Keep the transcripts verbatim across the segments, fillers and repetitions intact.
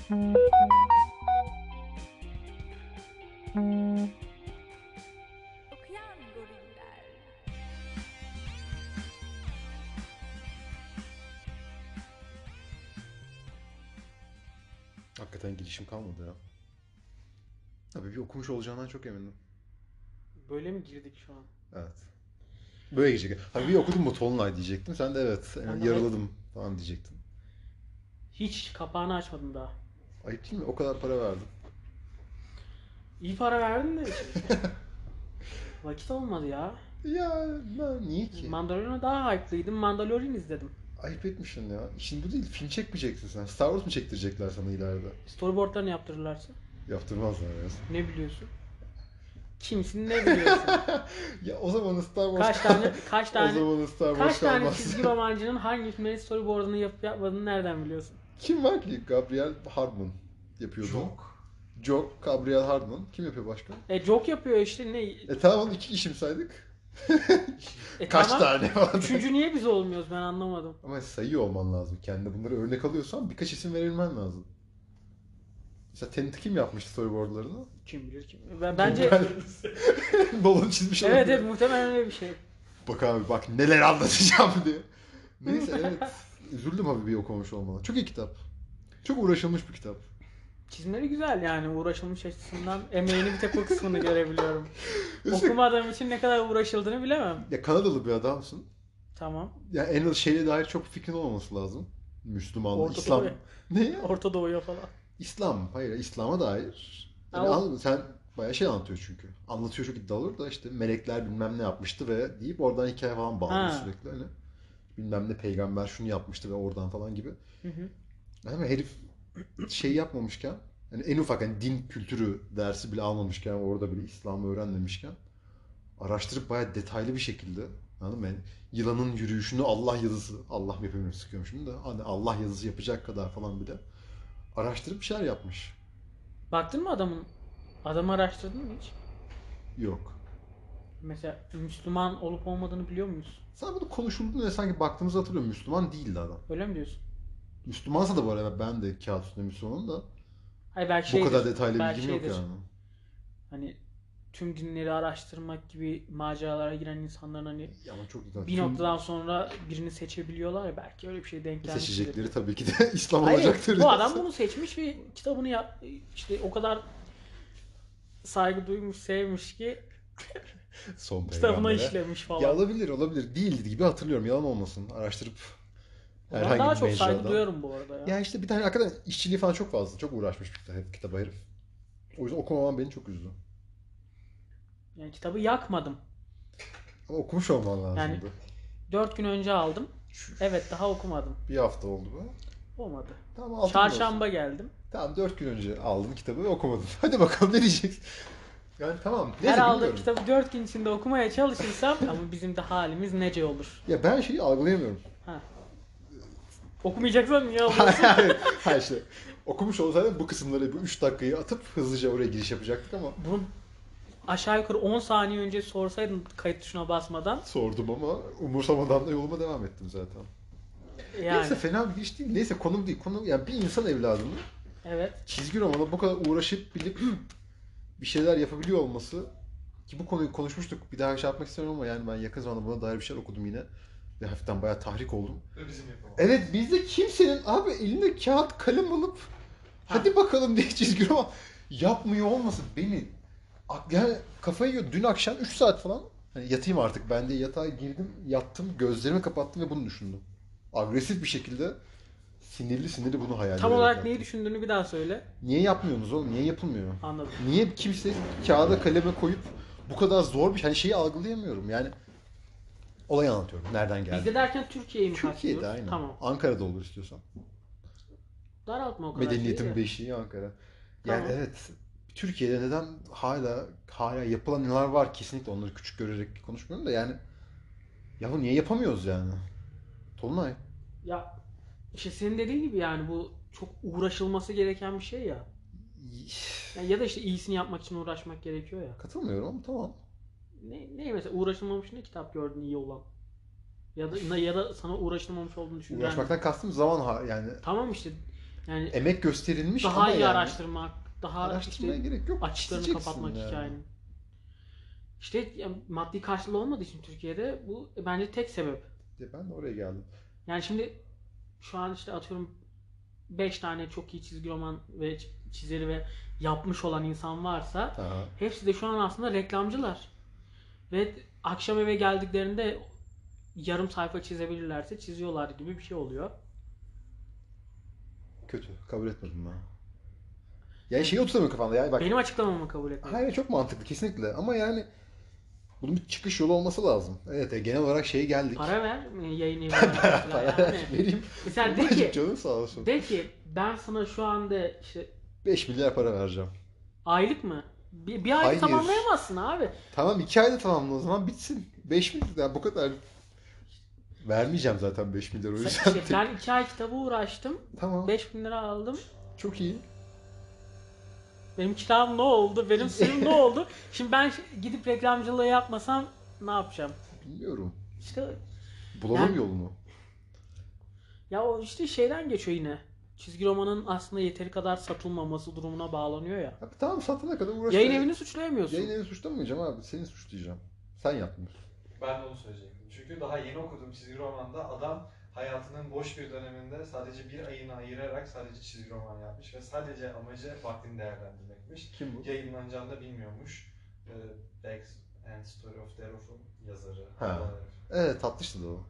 Okuyan goriller. Hakikaten girişim kalmadı ya. Abi bir okumuş olacağından çok eminim. Böyle mi girdik şu an? Evet. Böyle girecek. Abi bir okudun mu Tolunay diyecektim. Sen de evet. Ben Yani de yaraladım falan diyecektin. Hiç kapağını açmadım daha. Ayıp değil mi? O kadar para verdim. İyi para verdin de vakit olmadı ya. Ya ben niye ki? Mandalorian'a daha hype'lıydım. Mandalorian izledim. Ayıp etmişsin ya. İşin bu değil. Film çekmeyeceksin sen. Star Wars mu çektirecekler sana ileride? Storyboardlarını yaptırırlarsa. Yaptırmazlar ya. Ne biliyorsun? Kimsin ne biliyorsun? Ya o zaman Star Wars... Kaç tane kaç O tane zaman Star Wars kaç tane kalmaz. çizgi romancının hangi filmlerin storyboard'unu yapıp yapmadığını nereden biliyorsun? Kim var ki? Gabriel Hardman yapıyordu. Çok. Jock, Gabriel Hardman. Kim yapıyor başka? E Joke yapıyor işte ne? E tamam iki kişi mi saydık? E, Kaç tamam. tane var? Üçüncü niye biz olmuyoruz ben anlamadım. Ama sayıyor olman lazım. Kendine bunları örnek alıyorsan birkaç isim verilmen lazım. Mesela Tenet kim yapmıştı storyboardlarını? Kim bilir kim. Ben, bence Nolan çizmiş evet olabilir. evet muhtemelen öyle bir şey. Bak abi bak neler anlatacağım diye. Neyse evet. Üzüldüm abi bir okumamış olmana. Çok iyi kitap. Çok uğraşılmış bir kitap. Çizimleri güzel yani uğraşılmış açısından emeğini bir tek o kısmını görebiliyorum. Üzüldüm. Okumadığım için ne kadar uğraşıldığını bilemem. Ya Kanadalı bir adamsın. Tamam. Ya en az şeyle dair çok fikrin olmaması lazım. Müslümanlık, Orta İslam. Doğu'ya. Ne? Orta Doğu'ya falan. İslam. Hayır, İslam'a dair. Yani Ha, o- anladın mı? Sen bayağı şey anlatıyor çünkü. Anlatıyor çok iddialı olur da işte melekler bilmem ne yapmıştı ve deyip oradan hikaye falan bağlıyor Ha. sürekli hani. Bilmem ne peygamber şunu yapmıştı ve oradan falan gibi. Hı hı. Ama herif şey yapmamışken yani en ufak hani din kültürü dersi bile almamışken orada bile İslam'ı öğrenmemişken araştırıp bayağı detaylı bir şekilde anladın mı? Yani yılanın yürüyüşünü Allah yazısı Allah mı yapıyorum sıkıyorum şimdi de hani Allah yazısı yapacak kadar falan bile araştırıp bir şeyler yapmış. Baktın mı adamın? Adamı araştırdın mı hiç? Yok. Mesela Müslüman olup olmadığını biliyor muyuz? Sen bunu konuşulduğunda sanki baktığımızı hatırlıyorum. Müslüman değildi adam. Öyle mi diyorsun? Müslümansa da bu arada ben de kağıt üstünde Müslümanım da Hayır belki bu şeydir. kadar detaylı belki bilgim yok şeydir. yani. Hani tüm dinleri araştırmak gibi maceralara giren insanların hani Ya ama çok detaylı. bir Tüm noktadan sonra birini seçebiliyorlar ya belki öyle bir şey denk gelmiştir. seçecekleri tabii ki de İslam Hayır, olacaktır. bu adam bunu seçmiş ve kitabını yap işte o kadar saygı duymuş, sevmiş ki Son kitabına peygambere. işlemiş falan. Ya olabilir olabilir. Değildi gibi hatırlıyorum. Yalan olmasın. Araştırıp Ben herhangi daha bir çok saygı mecradan. duyuyorum bu arada ya. Ya işte bir tane hakikaten işçiliği falan çok fazla. Çok uğraşmış bir kitap, kitaba herif. O yüzden okumamam beni çok üzdü. Yani kitabı yakmadım. Ama okumuş olman lazımdı. Yani- Dört gün önce aldım. Evet daha okumadım. Bir hafta oldu bu. Olmadı. Tamam altı gün olsun. Çarşamba geldim. Tamam dört gün önce aldın kitabı ve okumadın. Hadi bakalım ne diyeceksin? Yani tamam. Neyse Her aldığım bilmiyorum. kitabı dört gün içinde okumaya çalışırsam ama bizim de halimiz nece olur. Ya ben şeyi algılayamıyorum. Ha. Okumayacaksan niye alıyorsun? hayır, hayır işte. Okumuş olsaydım bu kısımları bu üç dakikayı atıp hızlıca oraya giriş yapacaktık ama Bunu aşağı yukarı on saniye önce sorsaydın kayıt tuşuna basmadan. sordum ama umursamadan da yoluma devam ettim zaten. Yani Neyse fena bir giriş değil. Neyse konum değil. Konu yani bir insan evladının evet. çizgi romana bu kadar uğraşıp bilip bir şeyler yapabiliyor olması ki bu konuyu konuşmuştuk. Bir daha şey yapmak istemiyorum ama yani ben yakın zamanda buna dair bir şeyler okudum yine. Ve hafiften bayağı tahrik oldum. Ve bizim yapalım. Evet bizde kimsenin abi elinde kağıt kalem alıp hadi bakalım diye çizgi roman yapmıyor olması beni yani kafayı yiyor. Dün akşam üç saat falan hani yatayım artık ben de yatağa girdim yattım gözlerimi kapattım ve bunu düşündüm. Agresif bir şekilde sinirli sinirli bunu hayal Tam ederek olarak yaptım. neyi düşündüğünü bir daha söyle. Niye yapmıyorsunuz oğlum? Niye yapılmıyor? Anladım. Niye kimse kağıda kaleme koyup bu kadar zor bir hani şeyi algılayamıyorum. Yani olayı anlatıyorum. Nereden geldi? Bizde derken Türkiye'yi mi Türkiye'de kastediyoruz? aynen. Tamam. Ankara'da olur istiyorsan. Daraltma o kadar Medeniyetin şeyi de. beşiği Ankara. Yani Tamam. evet. Türkiye'de neden hala hala yapılan neler var kesinlikle onları küçük görerek konuşmuyorum da yani ya bu niye yapamıyoruz yani? Tolunay. Ya işte senin dediğin gibi yani bu çok uğraşılması gereken bir şey ya. Yani ya da işte iyisini yapmak için uğraşmak gerekiyor ya. Katılmıyorum ama tamam. Ne, ne mesela uğraşılmamış ne kitap gördün iyi olan? Ya da ya da sana uğraşılmamış olduğunu düşündüren. Uğraşmaktan kastım zaman ha yani Tamam işte. Yani Emek gösterilmiş daha ama iyi yani araştırmak, daha araştırmaya işte gerek yok. açıklarını Çizeceksin kapatmak yani. hikayenin. İşte yani maddi karşılığı olmadığı için Türkiye'de bu bence tek sebep. De ben de oraya geldim. Yani şimdi şu an işte atıyorum beş tane çok iyi çizgi roman ve çizeri ve yapmış olan insan varsa Aha. hepsi de şu an aslında reklamcılar. Ve akşam eve geldiklerinde yarım sayfa çizebilirlerse çiziyorlar gibi bir şey oluyor. Kötü. Kabul etmedim ben. Yani şeyi oturamıyor kafanda ya. Bak, Benim açıklamamı kabul etmiyor. hayır çok mantıklı kesinlikle ama yani bunun bir çıkış yolu olması lazım. Evet e, genel olarak şeye geldik. Para ver e, yayın evi olarak mesela. Para Yani. vereyim. Mesela de Babacım ki, canın sağ olsun. de ki ben sana şu anda işte beş milyar para vereceğim. aylık mı? Bir, bir ayda Hayır. tamamlayamazsın abi. Tamam iki ayda tamamla o zaman bitsin. beş milyar yani bu kadar. Vermeyeceğim zaten beş milyar o yüzden. İşte ben iki ay kitaba uğraştım. Tamam. beş bin lira aldım. Çok iyi. Benim kiram ne oldu? Benim suyum ne oldu? Şimdi ben gidip reklamcılığı yapmasam ne yapacağım? Bilmiyorum. İşte Bulalım Yani- yolunu. ya o işte şeyden geçiyor yine. Çizgi romanın aslında yeteri kadar satılmaması durumuna bağlanıyor ya. Abi tamam satana kadar uğraş. Yayın evini suçlayamıyorsun. Yayın evini suçlamayacağım abi. Seni suçlayacağım. Sen yapmıyorsun. Ben de onu söyleyecektim. Çünkü daha yeni okuduğum çizgi romanda adam hayatının boş bir döneminde sadece bir ayını ayırarak sadece çizgi roman yapmış ve sadece amacı vaktini değerlendirmekmiş. Kim bu? Yayınlanacağını da bilmiyormuş. Ee, Bags and Story of Derof'un yazarı. Ha. Allah Evet tatlıştı da o.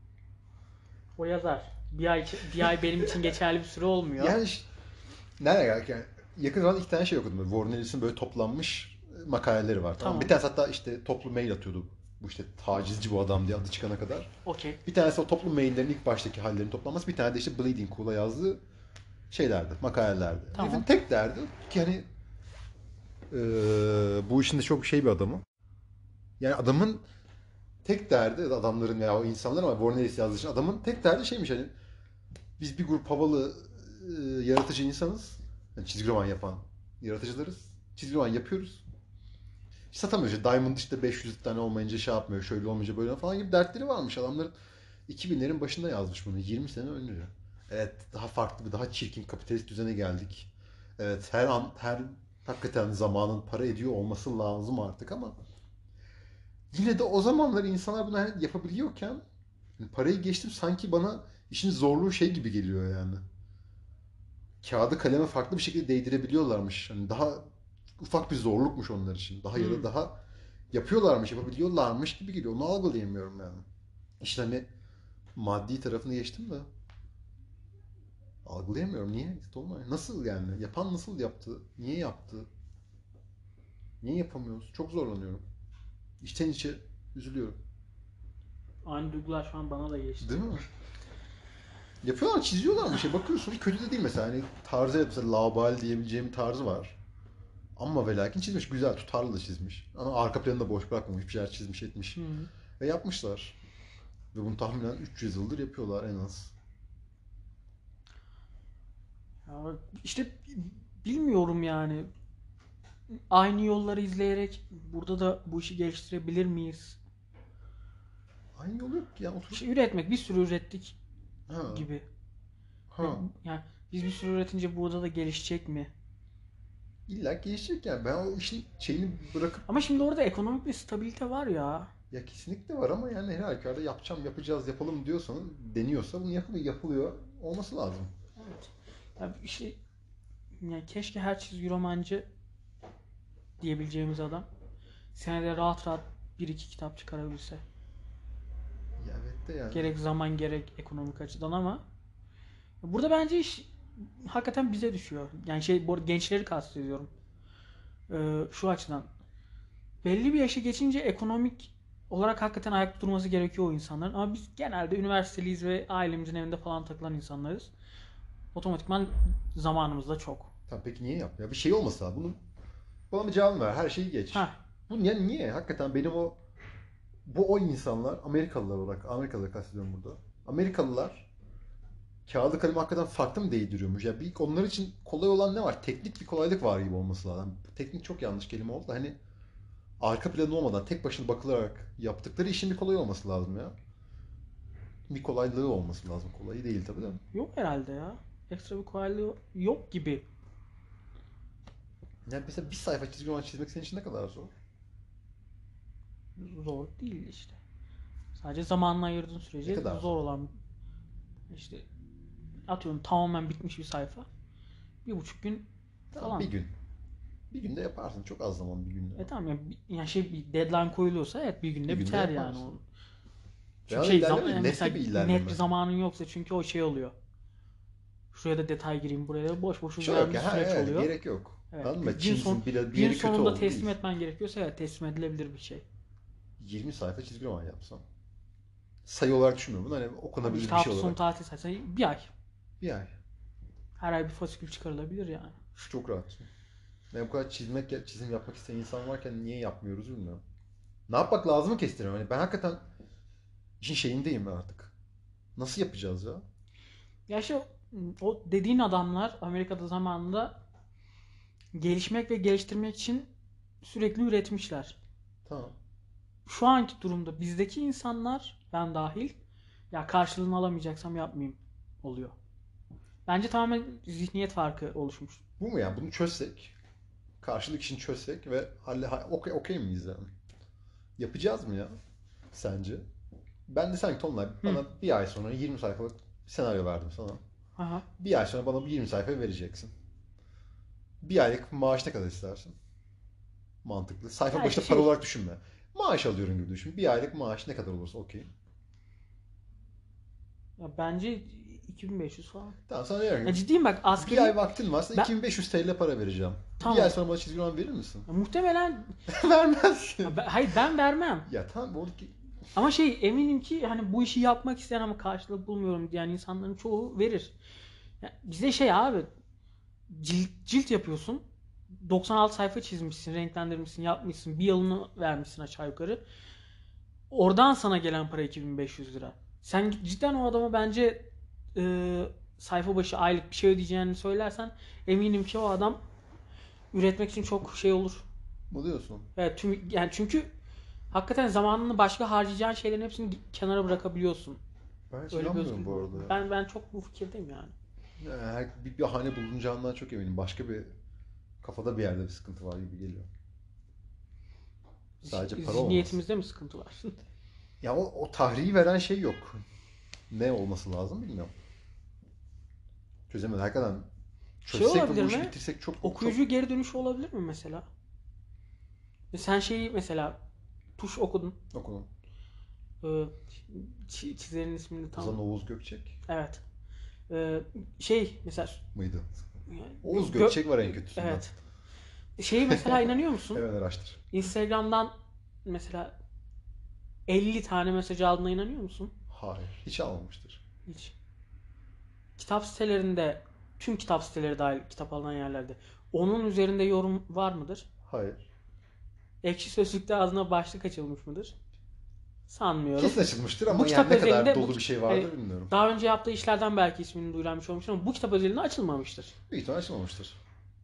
O yazar. Bir ay bir ay benim için geçerli bir süre olmuyor. Yani ş- nereye geldik yani? Yakın zamanda iki tane şey okudum. Böyle Warren Ellis'in böyle toplanmış makaleleri var. Tamam. Tamam. Bir tanesi hatta işte toplu mail atıyordu. Bu işte tacizci bu adam diye adı çıkana kadar. Okey. Bir tanesi o toplu maillerin ilk baştaki hallerini toplanması. Bir tane de işte Bleeding Cool'a yazdığı şeylerdi, makalelerdi. Tamam. Herifin tek derdi ki hani eee, bu işin de çok şey bir adamı. Yani adamın tek derdi adamların veya o insanlar ama Warren Ellis yazdığı için adamın tek derdi şeymiş hani biz bir grup havalı eee, yaratıcı insanız. Yani çizgi roman yapan yaratıcılarız. Çizgi roman yapıyoruz. Satamıyoruz. İşte Diamond işte beş yüz tane olmayınca şey yapmıyor. Şöyle olmayınca böyle falan gibi dertleri varmış. Adamların iki binlerin başında yazmış bunu. yirmi sene önce. Evet daha farklı bir daha çirkin kapitalist düzene geldik. Evet her an her hakikaten zamanın para ediyor olması lazım artık ama yine de o zamanlar insanlar bunu hani yapabiliyorken yani parayı geçtim sanki bana işin zorluğu şey gibi geliyor yani. Kağıdı kaleme farklı bir şekilde değdirebiliyorlarmış. Hani daha ufak bir zorlukmuş onlar için. Daha ya da Hmm. daha yapıyorlarmış, yapabiliyorlarmış gibi geliyor. Onu algılayamıyorum yani. İşte hani maddi tarafını geçtim de algılayamıyorum. Niye? Dolunay. Nasıl yani? Yapan nasıl yaptı? Niye yaptı? Niye yapamıyoruz? Çok zorlanıyorum. İçten içe üzülüyorum. Aynı duygular şu an bana da geçti. Değil mi? Yapıyorlar, çiziyorlar bir şey. Bakıyorsun kötü de değil mesela. Hani tarzı mesela laubali diyebileceğim bir tarzı var. Ama ve lakin çizmiş. Güzel, tutarlı da çizmiş. Ama arka planını da boş bırakmamış. Bir şeyler çizmiş etmiş. Hı. Ve yapmışlar. Ve bunu tahminen üç yüz yıldır yapıyorlar en az. Ya işte bilmiyorum yani. Aynı yolları izleyerek burada da bu işi geliştirebilir miyiz? Aynı yolu yok ki ya. Oturup... İşte üretmek, bir sürü ürettik Ha. gibi. Ha. Yani biz bir sürü üretince burada da gelişecek mi? İlla ki gelişecek yani. Ben o işin şeyini bırakıp Ama şimdi orada ekonomik bir stabilite var ya. ya kesinlikle var ama yani her halükarda yapacağım, yapacağız, yapalım diyorsanız deniyorsa bunu yapılıyor, yapılıyor olması lazım. Evet. Ya işte yani keşke her çizgi romancı diyebileceğimiz adam senede rahat rahat bir iki kitap çıkarabilse. Ya evet de yani. Gerek zaman gerek ekonomik açıdan ama burada bence iş hakikaten bize düşüyor. Yani şey bu arada gençleri kastediyorum. Ee, şu açıdan. Belli bir yaşa geçince ekonomik olarak hakikaten ayakta durması gerekiyor o insanların. Ama biz genelde üniversiteliyiz ve ailemizin evinde falan takılan insanlarız. Otomatikman zamanımız da çok. Tamam peki niye yapmıyor? Bir şey olmasa lazım. Bunun bana bir cevap ver. Her şeyi geç. Ha. Bu yani niye? Hakikaten benim o bu o insanlar Amerikalılar olarak Amerikalıları kastediyorum burada. Amerikalılar kağıdı kalemi hakikaten farklı mı değdiriyormuş? Ya bir onlar için kolay olan ne var? Teknik bir kolaylık var gibi olması lazım. Teknik çok yanlış kelime oldu da hani arka planı olmadan tek başına bakılarak yaptıkları işin bir kolay olması lazım ya. Bir kolaylığı olması lazım. Kolayı değil tabii de. Yok herhalde ya. ekstra bir kolaylığı yok gibi. Yani mesela bir sayfa çizgi roman çizmek senin için ne kadar zor? Zor değil işte. Sadece zamanını ayırdığın Ne sürece kadar zor zor? olan işte atıyorum tamamen bitmiş bir sayfa. Bir buçuk gün Tamam, falan. bir gün. Bir günde yaparsın. Çok az zaman bir günde. E tamam yani, bir- yani şey bir deadline koyuluyorsa evet bir günde Bir günde biter yani yaparsın. o. Veya Çünkü da şey ilerleme zaman değil, yani net mesela bir ilerleme. net bir zamanın yoksa çünkü o şey oluyor. Şuraya da detay gireyim, buraya da boş boş Şey uzayan yok bir ya. Ha, süreç evet, oluyor. gerek yok. Evet. Anladın Gün mı? Çizim son bir, bir gün yeri kötü sonunda oldu teslim değil. etmen gerekiyorsa evet teslim edilebilir bir şey. yirmi sayfa çizgi roman yapsam. Sayı olarak düşünmüyorum. Bunu hani Hani okunabilir işte bir şey hafta sonu olarak. tatil saysan bir ay. Bir ay. Her ay bir fasikül çıkarılabilir yani. Çok rahat. Yani bu kadar çizmek, çizim yapmak isteyen insan varken niye yapmıyoruz bilmiyorum. Ne yapmak lazımı kestiremiyorum. Hani ben hakikaten işin şeyindeyim artık. Nasıl yapacağız ya? Ya işte o dediğin adamlar Amerika'da zamanında gelişmek ve geliştirmek için sürekli üretmişler. Tamam. Şu anki durumda bizdeki insanlar ben dahil ya karşılığını alamayacaksam yapmayayım oluyor. Bence tamamen zihniyet farkı oluşmuş. Bu mu yani? Bunu çözsek, karşılık işini çözsek ve halle ha- okey okey miyiz yani? Yapacağız mı ya? Sence? Ben de sanki Tonlay Hı. bana bir ay sonra yirmi sayfalık senaryo verdim sana. Aha. Bir ay sonra bana bu yirmi sayfa vereceksin. Bir aylık maaş ne kadar istersin? Mantıklı. Sayfa Ya başına şey- para olarak düşünme. Maaş alıyorum gibi düşün. Bir aylık maaş ne kadar olursa okey. Ya bence iki bin beş yüz falan. Tamam, sana diyorum Ya ki ciddiyim bak bir ay askeri vaktin varsa Ben- iki bin beş yüz T L para vereceğim. Tamam. Bir ay sonra bana çizgi roman verir misin? ya muhtemelen Vermezsin. ya ben- hayır ben vermem. Ya tamam, oradaki Ama şey eminim ki hani bu işi yapmak isteyen ama karşılık bulmuyorum diyen insanların çoğu verir. Ya bizde şey abi cilt, cilt yapıyorsun. doksan altı sayfa çizmişsin, renklendirmişsin, yapmışsın. Bir yılını vermişsin aşağı yukarı. Oradan sana gelen para iki bin beş yüz lira. Sen cidden o adama bence e, sayfa başı aylık bir şey ödeyeceğini söylersen eminim ki o adam üretmek için çok şey olur. mı diyorsun? Evet tüm yani çünkü hakikaten zamanını başka harcayacağın şeylerin hepsini kenara bırakabiliyorsun. Ben hiç Öyle bir inanmıyorum özgürlük bu var. arada ya. Ben ben çok bu fikirdeyim yani. Yani her, bir bahane bulunacağından çok eminim. Başka bir kafada bir yerde bir sıkıntı var gibi geliyor. Sadece para olmaz. Zihniyetimizde mi sıkıntı var? Ya o, o tahriyi veren şey yok. Ne olması lazım bilmiyorum. Çözemedim. Hakikaten Şey çözsek ve olabilir bu işi mi? bitirsek çok Okuyucu geri dönüşü olabilir mi mesela? E Sen şeyi mesela tuş okudun. çok okudum. Ee, çi- çizerin ismini tam. Ozan Oğuz Gökçek Evet. Ee, şey mesela mıydı? yani Oğuz Gö- Gökçek var en kötüsünden. Evet. Şeyi mesela inanıyor musun? Hemen araştır. Instagram'dan mesela elli tane mesaj aldığına inanıyor musun? Hayır. Hiç almamıştır. Hiç. Kitap sitelerinde, tüm kitap siteleri dahil kitap alınan yerlerde onun üzerinde yorum var mıdır? Hayır. Ekşi Sözlük'te ağzına başlık açılmış mıdır? Sanmıyorum. Kesin açılmıştır ama Bu yani kitap ne kadar özelinde dolu bu- bir şey vardır hani bilmiyorum. Daha önce yaptığı işlerden belki ismini duyurmuş olmuştur ama bu kitap özelinde açılmamıştır. Büyük ihtimalle açılmamıştır.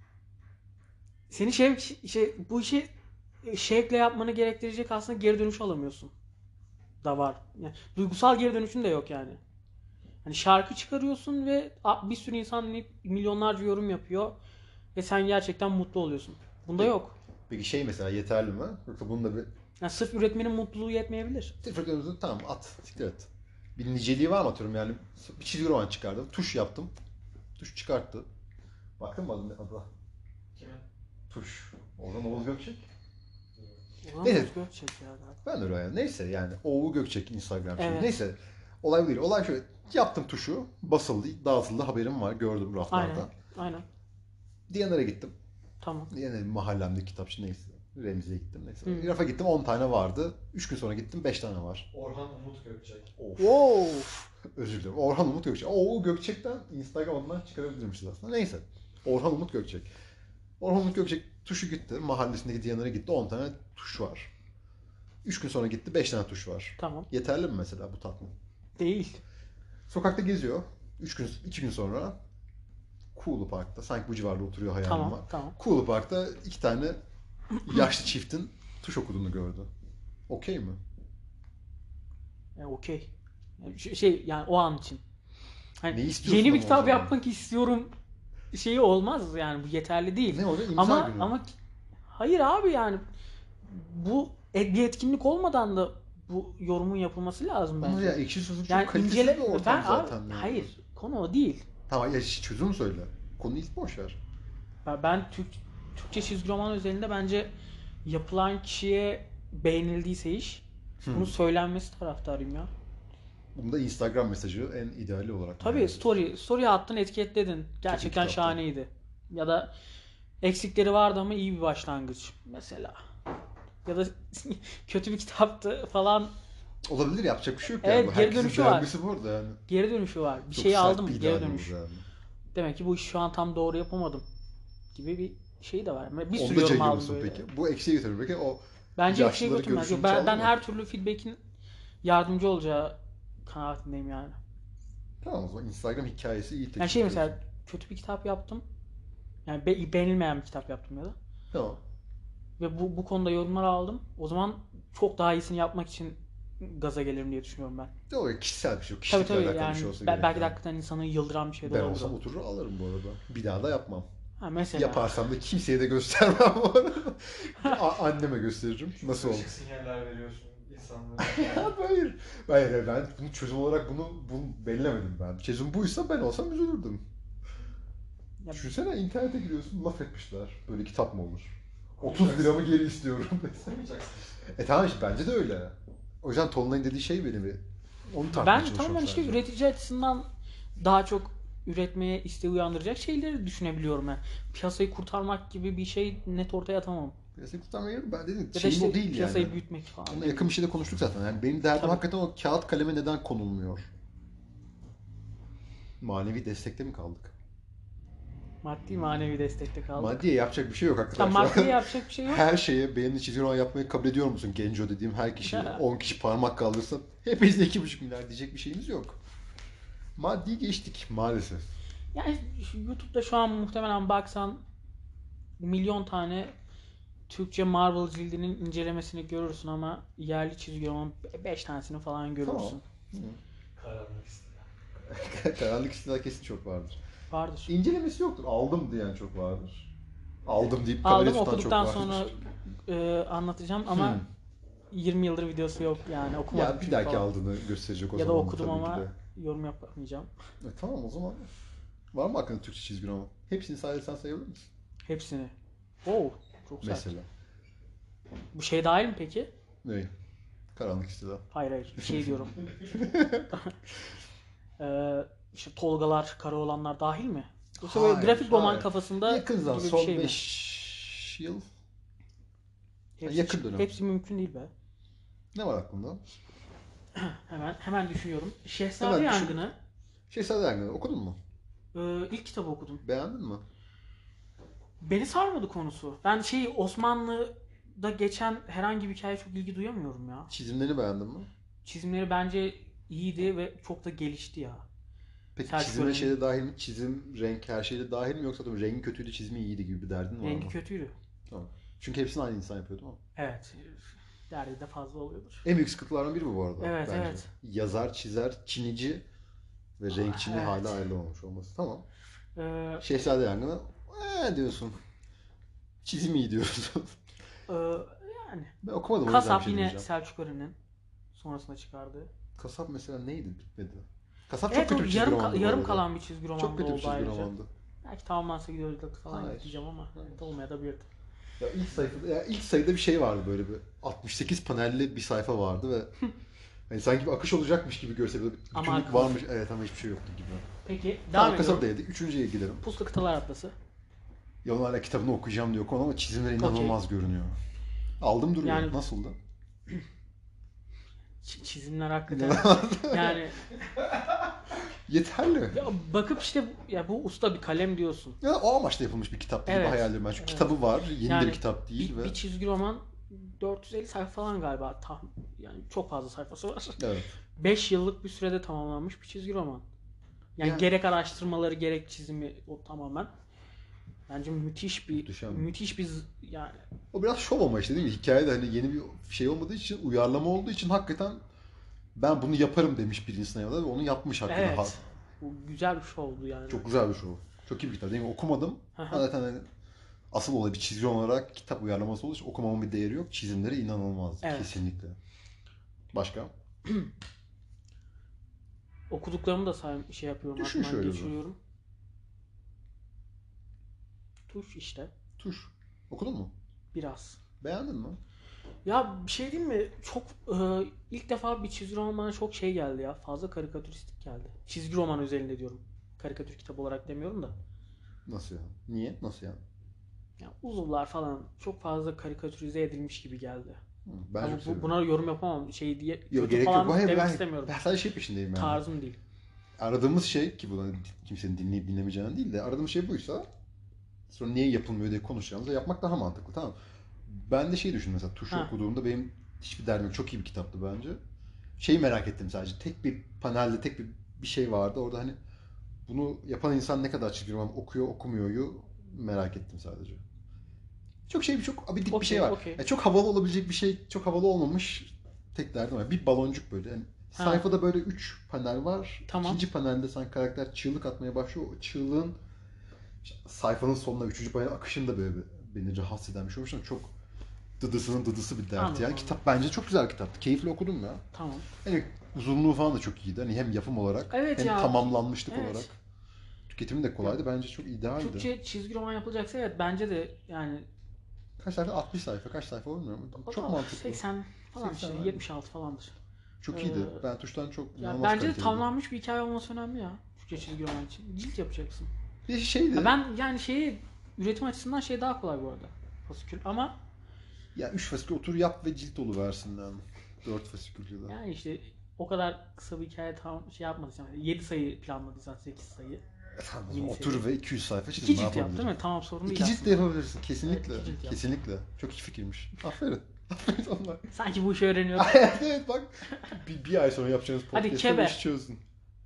Seni şey, şey bu işi şevkle yapmanı gerektirecek aslında geri dönüş alamıyorsun. Da var. Yani duygusal geri dönüşün de yok yani. Hani şarkı çıkarıyorsun ve bir sürü insan dinleyip milyonlarca yorum yapıyor ve sen gerçekten mutlu oluyorsun. Bunda Peki. yok. Peki şey mesela yeterli mi? Yoksa bunun da bir Yani sırf üretmenin mutluluğu yetmeyebilir. tifriklerimizi tamam at. Siktir et. Bir niceliği var mı atıyorum yani bir çizgi roman çıkardım. Tuş yaptım. Tuş çıkarttı. Baktın mı adına? adına? Kime? Tuş. Oradan Oğuz Gökçek. Ulan Neyse. Özgür Çek ya galiba. Ben de öyle yani. Neyse yani Oğuz Gökçek Instagram şeyi. Evet. Neyse. Olay bu değil. Olay şöyle. Yaptım tuşu. Basıldı. Dağıtıldı. Haberim var. Gördüm raflarda. Aynen. Aynen. Diyanara gittim. Tamam. Yani mahallemde kitapçı neyse. Remzi'ye gittim neyse. Hı. Rafa gittim on tane vardı. üç gün sonra gittim beş tane var. Orhan Umut Gökçek. Of. Wow. Özür dilerim. Orhan Umut Gökçek. O Gökçek'ten Instagram adından çıkarabilirmişiz aslında. Neyse. Orhan Umut Gökçek. Orhan Umut Gökçek tuşu gitti. Mahallesindeki Diyanara gitti. on tane tuş var. üç gün sonra gitti. beş tane tuş var. Tamam. Yeterli mi mesela bu tatmin? Değil. Sokakta geziyor. üç gün, iki gün sonra Kuğulu Park'ta. Sanki bu civarda oturuyor hayalim Tamam. var. Tamam. Kuğulu Park'ta iki tane yaşlı çiftin tuş okuduğunu gördü. Okey mi? E, okey. Yani ş- şey yani o an için. Hani Ne istiyorsun yeni bir ama o kitap zaman? yapmak istiyorum şeyi olmaz yani, bu yeterli değil. Ne oldu? İmza Ama günü. ama hayır abi, yani bu et- bir etkinlik olmadan da bu yorumun yapılması lazım Ama bence. ya Ekşi Sözlük Yani çok kalitesiz incele bir ortam ben zaten. abi, yani. hayır, konu o değil. Tamam ya çözüm söyle. Konuyu boş ver. Ben, ben Türk, Türkçe çizgi roman özelinde bence yapılan kişiye beğenildiyse iş, Hı. bunu söylenmesi taraftarıyım ya. Bunda Instagram mesajı en ideali olarak. Tabii yani. story story attın, etiketledin. Gerçekten kitaptı. şahaneydi. Ya da eksikleri vardı ama iyi bir başlangıç mesela. Ya da kötü bir kitaptı falan, Olabilir, yapacak bir şey yok Evet, yani. Bu geri herkesin dönüşü var. beğenmesi bu arada yani. geri dönüşü var. Bir Çok şeyi sert aldım, bir geri ideal dönüş. olur yani. Demek ki bu işi şu an tam doğru yapamadım gibi bir şey de var. Bir sürü Onda yorum cayıyor aldım musun böyle. peki? Bu eksiğe götürür peki o Bence bir şey yaşlıları götürmez. görüşünü Yok, Ben, ben çalma. her türlü feedback'in yardımcı olacağı kanaatindeyim yani. Tamam, o zaman Instagram hikayesi iyi teklif Yani şey ediyorsun. mesela kötü bir kitap yaptım. Yani be- beğenilmeyen bir kitap yaptım ya da. Tamam. Ve bu, bu konuda yorumlar aldım. O zaman çok daha iyisini yapmak için gaza gelirim diye düşünüyorum ben. De o kişisel bir şey. O Tabii kişilikle tabii, alakalı yani bir şey olsa be- gerek belki de yani. hakikaten insanı yıldıran bir şey de Ben olabilir. olsam o. oturur alırım bu arada. Bir daha da yapmam. Ha, mesela. Yaparsam da kimseye de göstermem bu arada. A- anneme gösteririm. Nasıl oldu? Işık sinyaller veriyorsun insanlara. Ya hayır. Hayır ben bunu çözüm olarak bunu, bunu belirlemedim ben. Çözüm buysa ben olsam üzülürdüm. Ya- Düşünsene internete giriyorsun, laf etmişler. Böyle kitap mı olur? otuz liramı geri istiyorum. Samayacaksın. e tamam işte bence de öyle. O yüzden Tolunay'ın dediği şey benim bir onu tartmaya Ben çalışıyorum tamamen işte sadece. üretici açısından daha çok üretmeye isteği uyandıracak şeyleri düşünebiliyorum yani. Piyasayı kurtarmak gibi bir şey net ortaya atamam. Piyasayı kurtarmaya gerek yok. Ben dedim Ya da şeyim işte o değil piyasayı yani. büyütmek falan. Onunla yakın bir şeyde konuştuk zaten. Yani benim derdim Tabii. hakikaten o kağıt kaleme neden konulmuyor? Manevi destekte mi kaldık? Maddi manevi destekte kaldık. Maddiye yapacak bir şey yok hakikaten. Tam şu an. maddiye yapacak bir şey yok. Her şeye beğeni çizgi roman yapmayı kabul ediyor musun Genco dediğim her kişi on kişi parmak kaldırsa hepimizde iki buçuk milyar diyecek bir şeyimiz yok. Maddi geçtik maalesef. Yani şu YouTube'da şu an muhtemelen baksan milyon tane Türkçe Marvel cildinin incelemesini görürsün ama yerli çizgi roman beş tanesini falan görürsün. Tamam. Karanlık istila. Karanlık istila kesin çok vardır. Vardır. İncelemesi yoktur. Aldım diyen çok vardır. Aldım deyip Aldım, kamerayı tutan çok okuduktan vardır. sonra e, anlatacağım ama Hmm. yirmi yıldır videosu yok yani, okumadım. Ya bir çünkü dahaki falan. aldığını gösterecek o Ya da zaman. okudum tabii ama ki de. yorum yapamayacağım. E, tamam o zaman. Var mı hakkında Türkçe çizgi roman? Hepsini sadece sen sayabilir misin? Hepsini. Oo, çok sert. Mesela. Bu şey dahil mi peki? Ne? Karanlık istila. Hayır hayır, bir şey diyorum. ee, işte Tolgalar, Karaoğlanlar dahil mi? Yoksa böyle Hayır, grafik roman hayır. kafasında Yakın zaman gibi bir son şey mi? beş yıl. Hepsi, yakın dönem. Hepsi mümkün değil be. Ne var aklında? Hemen hemen düşünüyorum. Şehzade Hemen düşün. Yangını. Şehzade Yangını okudun mu? Ee, ilk kitabı okudum. Beğendin mi? Beni sarmadı konusu. Ben şey Osmanlı'da geçen herhangi bir hikaye çok ilgi duyamıyorum ya. Çizimlerini beğendin mi? Çizimleri bence iyiydi ve çok da gelişti ya. Peki Selçuk çizime Ören'in- şeyde dahil mi? Çizim, renk her şeyde dahil mi? Yoksa tabii rengi kötüydü, çizimi iyiydi gibi bir derdin var Rengi mı? kötüydü. Tamam. Çünkü hepsini aynı insan yapıyor değil mi? Evet. Derdi de fazla oluyordur. En büyük sıkıntılardan biri bu bu arada. Evet, bence. evet. Yazar, çizer, çinici ve renkçini evet. hala ayrılamamış olması. Tamam. Ee, Şehzade Yangını eee diyorsun. Çizim iyi diyorsun. e, yani. Ben okumadım o yüzden bir Kasap şey yine diyeceğim. Selçuk Ören'in sonrasında çıkardığı. Kasap mesela neydi? Bitmedi. Kasap çok Evet, kötü o bir çizgi yarım, romandı bu yarım arada. kalan bir çizgi roman Çok kötü bir oldu çizgi ayrıca. romandı. Belki tamamlansa sekiz yüzlük falan Hayır. diyeceğim ama Hayır. evet, olmayabilirdi. Ya ilk sayfada, ya ilk sayıda bir şey vardı böyle bir altmış sekiz panelli bir sayfa vardı ve hani sanki bir akış olacakmış gibi görse böyle bir Ama bütünlük akıl. varmış. Evet ama hiçbir şey yoktu gibi. Peki devam Tamam ediyorum. kasap değildi. Üçüncüye gidelim. Puslu Kıtalar Atlası. Ya onun hala kitabını okuyacağım diyor konu ama çizimleri inanılmaz görünüyor. Aldım duruyor. Yani- Nasıldı? Ç- çizimler hakikaten yani Yeterli. ya bakıp işte ya bu usta bir kalem diyorsun. Ya o amaçla yapılmış bir kitap gibi Evet. hayal ediyorum ben. Çünkü Evet. kitabı var. Yeni de Yani bir kitap değil Bir, ve bir çizgi roman dört yüz elli sayfa falan galiba. Tam, yani çok fazla sayfası var. evet. beş yıllık bir sürede tamamlanmış bir çizgi roman. Yani Yani- gerek araştırmaları gerek çizimi o tamamen. Bence müthiş bir Muhteşem. müthiş bir z- yani O biraz şov ama işte değil mi? Hikayede hani yeni bir şey olmadığı için, uyarlama olduğu için hakikaten ben bunu yaparım demiş bir insan ya da ve onu yapmış hakikaten. Evet. Ha- Bu güzel bir şey oldu yani. Çok güzel bir show. Çok iyi bir kitap değil mi? Okumadım. Hı hı. Ama zaten hani asıl olay bir çizgi olarak kitap uyarlaması olduğu için okumamın bir değeri yok. Çizimleri inanılmaz. Evet. Kesinlikle. Başka? Okuduklarımı da say şey yapıyorum. Düşün aklımdan şöyle geçiriyorum. Tuş işte. Tuş. Okudun mu? Biraz. Beğendin mi? Ya bir şey diyeyim mi? Çok e, ilk defa bir çizgi roman bana çok şey geldi ya. Fazla karikatüristik geldi. Çizgi roman özelinde diyorum. Karikatür kitap olarak demiyorum da. Nasıl yani? Niye? Nasıl yani? Ya uzuvlar falan çok fazla karikatürize edilmiş gibi geldi. Hı, ben Ama çok bu, seviyorum. buna yorum yapamam. Şey diye Yok, kötü gerek falan yok. Hayır, demek ben, istemiyorum. ben sadece şey peşindeyim yani. Tarzım değil. Aradığımız şey ki bu kimsenin dinleyip dinlemeyeceğinden değil de aradığımız şey buysa sonra niye yapılmıyor diye konuşacağımızda yapmak daha mantıklı, tamam. Ben de şey düşündüm mesela Tuş'u Ha. okuduğumda benim hiçbir derdim yok. Çok iyi bir kitaptı bence. Şeyi merak ettim sadece. Tek bir panelde tek bir, bir şey vardı. Orada hani bunu yapan insan ne kadar çizgi roman okuyor okumuyoryu merak ettim sadece. Çok şey çok abidik Okey, bir şey var. okey. Yani çok havalı olabilecek bir şey çok havalı olmamış. Tek derdim var. Bir baloncuk böyle. Yani Ha. sayfada böyle üç panel var. Tamam. İkinci panelde sanki karakter çığlık atmaya başlıyor. O çığlığın sayfanın sonuna üçüncü panel akışında böyle bir- beni rahatsız eden bir şey olmuş ama çok dıdısının dıdısı bir dert. Anladım, Yani anladım. kitap bence çok güzel bir kitaptı. Keyifli okudum ya. Tamam. Yani uzunluğu falan da çok iyiydi. Hani hem yapım olarak Evet hem ya. tamamlanmışlık Evet. olarak. Tüketimi de kolaydı. Bence çok idealdi. Türkçe çizgi roman yapılacaksa evet bence de yani Kaç sayfa? altmış sayfa. Kaç sayfa bilmiyorum. o Çok da mantıklı. seksen falan seksen işte aynen. yetmiş altı falandır. Çok iyiydi. Ee, Ben Tuş'tan çok Ya inanılmaz bence de kaliteliydi. tamamlanmış bir hikaye olması önemli ya. Türkçe çizgi roman için. Cilt yapacaksın. Bir şeydi. Ya ben yani şeyi üretim açısından şey daha kolay bu arada. Fasikül ama Ya üç fasikül otur yap ve cilt oluversin lan. dört fasikül ya da. yani işte o kadar kısa bir hikaye tam şey yapmadıysan yedi sayı planladıysan sekiz sayı. E tamam, yeni otur seri. ve iki yüz sayfa çiz. İki ne cilt yap yapabilirim? değil mi? Tamam sorun değil İki cilt de aslında. yapabilirsin. Kesinlikle. Evet, iki cilt yap. Kesinlikle. Çok iyi fikirmiş. Aferin. Aferin onlar. Sanki bu işi öğreniyorum. evet evet bak. Bir, bir ay sonra yapacağınız Hadi podcast'ta bu Kebe. işi çözdün.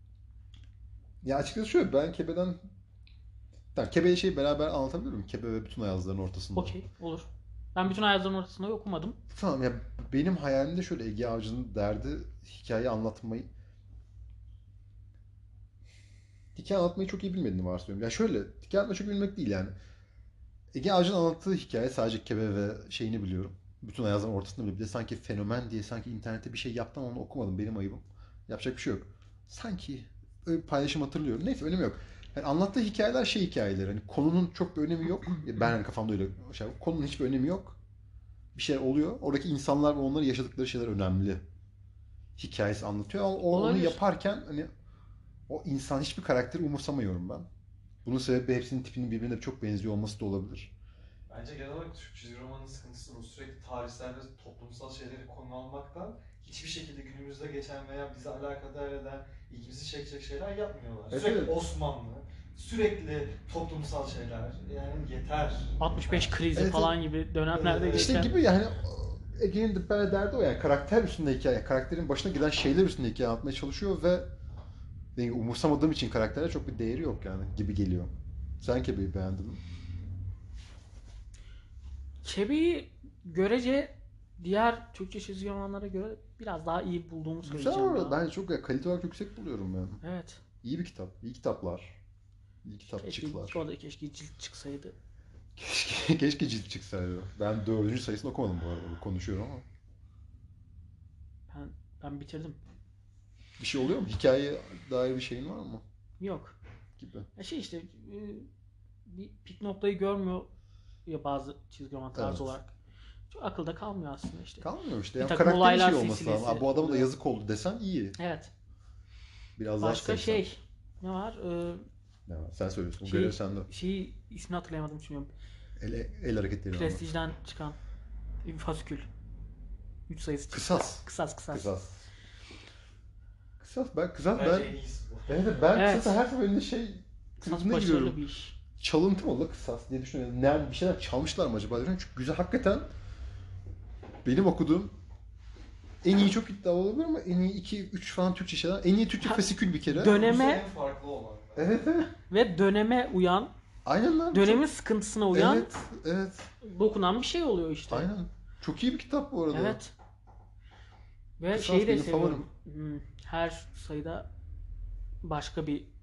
Ya açıkçası şöyle ben Kebe'den tamam, Kebe'yi şey beraber anlatabilirim. Kebe ve bütün ayazların ortasında. Okey olur. Ben bütün ayazların ortasında okumadım. Tamam ya benim hayalimde şöyle Ege Avcı'nın derdi hikaye anlatmayı hikaye anlatmayı çok iyi bilmediğini varsayıyorum. Ya şöyle hikaye anlatmayı çok bilmek değil yani. Ege Avcı'nın anlattığı hikaye sadece Kebe ve şeyini biliyorum. Bütün ayazların ortasında bile bir de sanki fenomen diye sanki internette bir şey yaptım onu okumadım benim ayıbım. Yapacak bir şey yok. Sanki öyle bir paylaşım hatırlıyorum. Neyse önemi yok. Yani anlattığı hikayeler şey hikayeleri. Hani konunun çok bir önemi yok. Ben hani kafamda öyle şey. Konunun hiçbir önemi yok. Bir şey oluyor. Oradaki insanlar ve onların yaşadıkları şeyler önemli. Hikayesi anlatıyor. Ama o, onu Olabilir. yaparken hani o insan hiçbir karakteri umursamıyorum ben. Bunun sebebi hepsinin tipinin birbirine çok benziyor olması da olabilir. Bence genel olarak Türk çizgi romanın sıkıntısı bu. Sürekli tarihsel ve toplumsal şeyleri konu almaktan hiçbir şekilde günümüzde geçen veya bizi alakadar eden, ilgimizi çekecek şeyler yapmıyorlar. Evet, Sürekli evet. Osmanlı, sürekli toplumsal şeyler. Yani yeter. altmış beş krizi Evet, falan gibi dönemlerde Evet, İşte geçen. gibi yani Ege'nin de böyle derdi o yani karakter üstünde hikaye, karakterin başına gelen şeyler üstünde hikaye anlatmaya çalışıyor ve benim umursamadığım için karaktere çok bir değeri yok yani gibi geliyor. Sen Kebe'yi beğendin mi? Kebe'yi görece diğer Türkçe çizgi romanlara göre biraz daha iyi bulduğumu Güzel söyleyeceğim ama ya. ben çok ya, kalite olarak yüksek buluyorum ben. Evet. İyi bir kitap, iyi kitaplar. İyi Keşke, kitapçıklar. o da keşke cilt çıksaydı. Keşke, keşke cilt çıksaydı. Ben dördüncü sayısını okumadım bu arada. Konuşuyorum ama. Ben ben bitirdim. Bir şey oluyor mu? Hikayeye dair bir şeyin var mı? Yok. Gibi. Ya şey işte e, bir pik noktayı görmüyor ya bazı çizgi roman tarzı Evet. olarak. Çok akılda kalmıyor aslında işte. Kalmıyor işte. Bir Yani takım karakterin olaylar şey olması lazım. silsilesi Aa, bu adama da oluyor. yazık oldu desen iyi. Evet. Biraz daha Başka çıkarsan. şey ne var? Ee, Ne var? Sen söylüyorsun. O Şey- görev sende. şeyi ismini hatırlayamadım düşünüyorum. El, el hareketleri anlat. Prestij'den çıkan bir fasikül. üç sayısı çıktı. Kısas. Kısas kısas. Kısas. Kısas. Ben kısas Bence ben. en iyisi bu. Evet ben Evet. kısasa her seferinde şey Kısas krizine başarılı giriyorum. bir iş. Çalıntı mı oldu kısas diye düşünüyorum. Nerede bir şeyler çalmışlar mı acaba diyorum. Çünkü güzel hakikaten benim okuduğum en iyi çok iddialı olabilir ama en iyi iki üç falan Türkçe şeyler. En iyi Türkçe Ha, fasikül bir kere. dönem- Bu Döneme- en farklı olan. Evet evet. Ve döneme uyan, Aynen lan. dönemin Çok- sıkıntısına uyan, Evet evet. dokunan bir şey oluyor işte. Aynen. Çok iyi bir kitap bu arada. Evet. Ve Kısas şeyi de benim seviyorum. Hmm, Her sayıda başka bir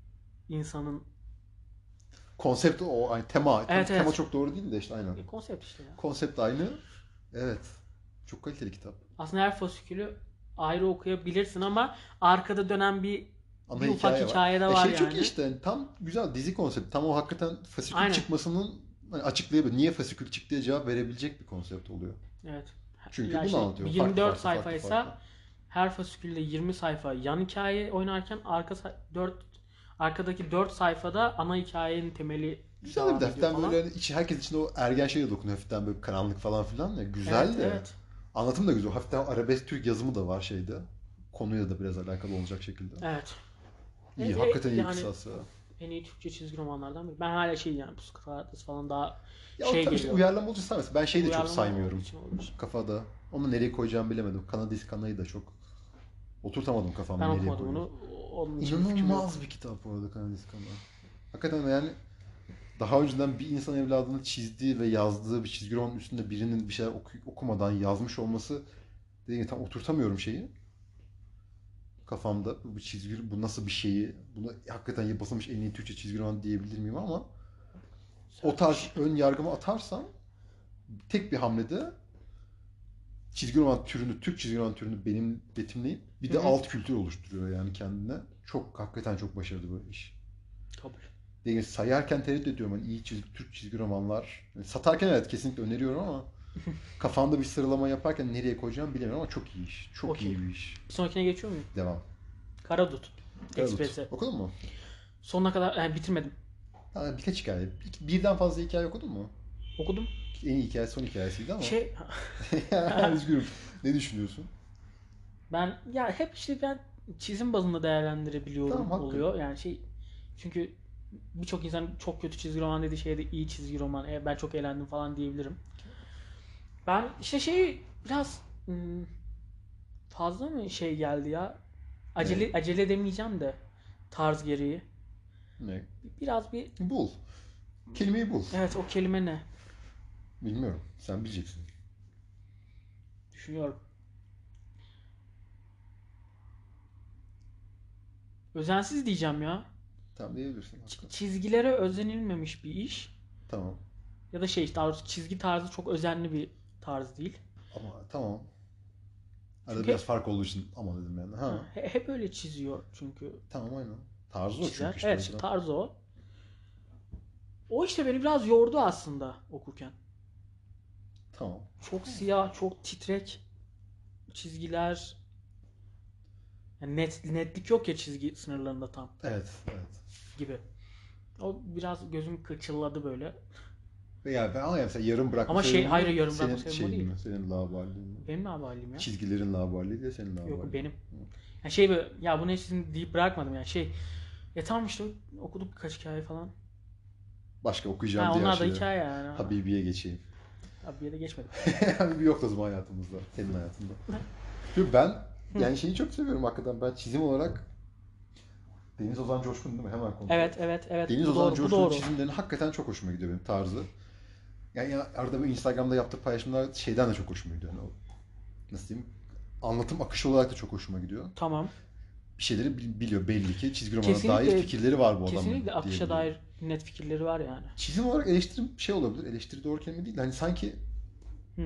insanın Konsept o, aynı tema. Evet, tema evet. çok doğru değil de işte aynen. bir konsept işte ya. Konsept aynı. Evet. Çok kaliteli kitap. Aslında her fasikülü ayrı okuyabilirsin ama arkada dönen bir Ana bir ufak hikaye var. hikaye de Ya var şey yani. çok iyi işte yani tam güzel dizi konsepti. Tam o hakikaten fasikül Aynen. çıkmasının hani açıklayabilir. Niye fasikül çıktı diye cevap verebilecek bir konsept oluyor. Evet. Çünkü Ya bunu işte anlatıyor. yirmi Farklı, dört farklı, farklı, sayfaysa farklı. her fasikülde yirmi sayfa yan hikaye oynarken arka dört arkadaki dört sayfada ana hikayenin temeli Güzel devam bir de ediyor hafiften falan. böyle hani içi, herkes için o ergen şeye dokunuyor. Hafiften böyle karanlık falan filan ya. Güzel Evet, de. evet. Anlatım da güzel. Hafiften arabesk Türk yazımı da var şeyde. Konuyla da biraz alakalı olacak şekilde. Evet. İyi, E, hakikaten iyi yani- kısası. En iyi Türkçe çizgi romanlardan biri. Ben hala şey yani Pusula Atlas falan daha Ya şey o tabii işte geliyor. uyarlama olursa sarmaz. Ben şeyi de çok Uyarlama saymıyorum. olduğu için olur. Kafada. Onu nereye koyacağımı bilemedim. Kanadis Kanayı da çok oturtamadım kafamda Ben nereye okumadım koyayım. onu. Onun için bir fikrim yok. İnanılmaz bir kitap bu arada Kanadis Kana. Hakikaten yani daha önceden bir insan evladını çizdiği ve yazdığı bir çizgi romanın üstünde birinin bir şeyler oku- okumadan yazmış olması dediğim gibi tam oturtamıyorum şeyi. Kafamda bu çizgi bu nasıl bir şeyi bunu hakikaten basılmış en iyi Türkçe çizgi roman diyebilir miyim ama o tarz ön yargımı atarsam tek bir hamlede çizgi roman türünü, Türk çizgi roman türünü benim betimleyip bir de Hı hı. alt kültür oluşturuyor yani kendine. Çok hakikaten çok başarılı böyle iş. Kabul. Değil, sayarken tereddüt ediyorum hani iyi çizgi, Türk çizgi romanlar. Yani satarken evet kesinlikle öneriyorum ama kafamda bir sıralama yaparken nereye koyacağımı bilemiyorum ama çok iyi iş. Çok Okey. iyi bir iş. Bir sonrakine geçiyor muyum? Devam. Karadut. Karadut. Express'e. Okudun mu? Sonuna kadar yani bitirmedim. Ha, birkaç hikaye. Bir- Birden fazla hikaye okudun mu? Okudum. En iyi hikayesi son hikayesiydi ama. Şey Üzgünüm. Ne düşünüyorsun? ben ya hep işte ben çizim bazında değerlendirebiliyorum Tamam, hakkı. oluyor. Yani şey çünkü birçok insan çok kötü çizgi roman dediği şeyde iyi çizgi roman. E, ben çok eğlendim falan diyebilirim. Ben işte şey biraz hmm, fazla mı şey geldi ya? Acele Ne? acele demeyeceğim de tarz gereği. Ne? Biraz bir Bul. Kelimeyi bul. evet o kelime ne? Bilmiyorum. Sen bileceksin. Düşünüyorum. Özensiz diyeceğim ya. Tamam diyebilirsin. Ç- Hakkı. çizgilere özenilmemiş bir iş. Tamam. Ya da şey daha doğrusu çizgi tarzı çok özenli bir tarz değil. Ama tamam. Arada Çünkü- biraz fark olduğu için ama dedim yani. Ha. He- Hep öyle çiziyor çünkü Tamam aynen. Tarzı o çizer. çünkü işte. Evet o işte yüzden. tarzı o. O işte beni biraz yordu aslında okurken. Tamam. Çok siyah, çok titrek çizgiler. Yani net netlik yok ya çizgi sınırlarında tam Evet. Evet. gibi. O biraz gözüm kırçılladı böyle. Ve yani ben ama yani mesela yarım bırakma Ama şey- sebebim hayır, mi? yarım Senin bırakma sebebim o şeyin değil. mi? Senin laubaliğin mi? Benim ne halim ya? Çizgilerin laubaliği de senin laubaliğin. Yok benim. Yani şey böyle ya bu ne çizim deyip bırakmadım yani şey. E tamam işte okuduk birkaç hikaye falan. Başka okuyacağım Ha, diğer onlar da şeye. hikaye yani. Habibi'ye geçeyim. Abi bir yere geçmedim. Habibi yok o zaman hayatımızda. Senin hayatında. Çünkü ben yani şeyi çok seviyorum hakikaten. Ben çizim olarak Deniz Ozan Coşkun değil mi? Hemen konuşalım. Evet evet evet. Deniz bu Ozan doğru, bu Coşkun'un doğru. çizimlerini hakikaten çok hoşuma gidiyor benim tarzı. Yani ya arada bir Instagram'da yaptığı paylaşımlar şeyden de çok hoşuma gidiyor. Yani o, nasıl diyeyim? Anlatım akışı olarak da çok hoşuma gidiyor. Tamam. Bir şeyleri bil- biliyor belli ki. Çizgi romana Kesinlikle- dair fikirleri var bu adamın. Kesinlikle akışa diyebilirim. dair net fikirleri var yani. Çizim olarak eleştirim şey olabilir. Eleştiri doğru kelime değil de hani sanki Hı.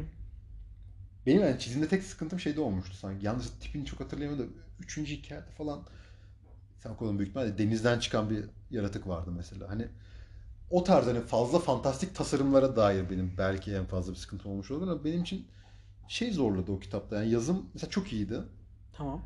benim yani çizimde tek sıkıntım şeyde olmuştu sanki. Yalnız tipini çok hatırlayamadım. Üçüncü hikayede falan sen okudun büyük ihtimalle denizden çıkan bir yaratık vardı mesela. Hani o tarz hani fazla fantastik tasarımlara dair benim belki en fazla bir sıkıntı olmuş olabilir ama benim için şey zorladı o kitapta. Yani yazım mesela çok iyiydi. Tamam.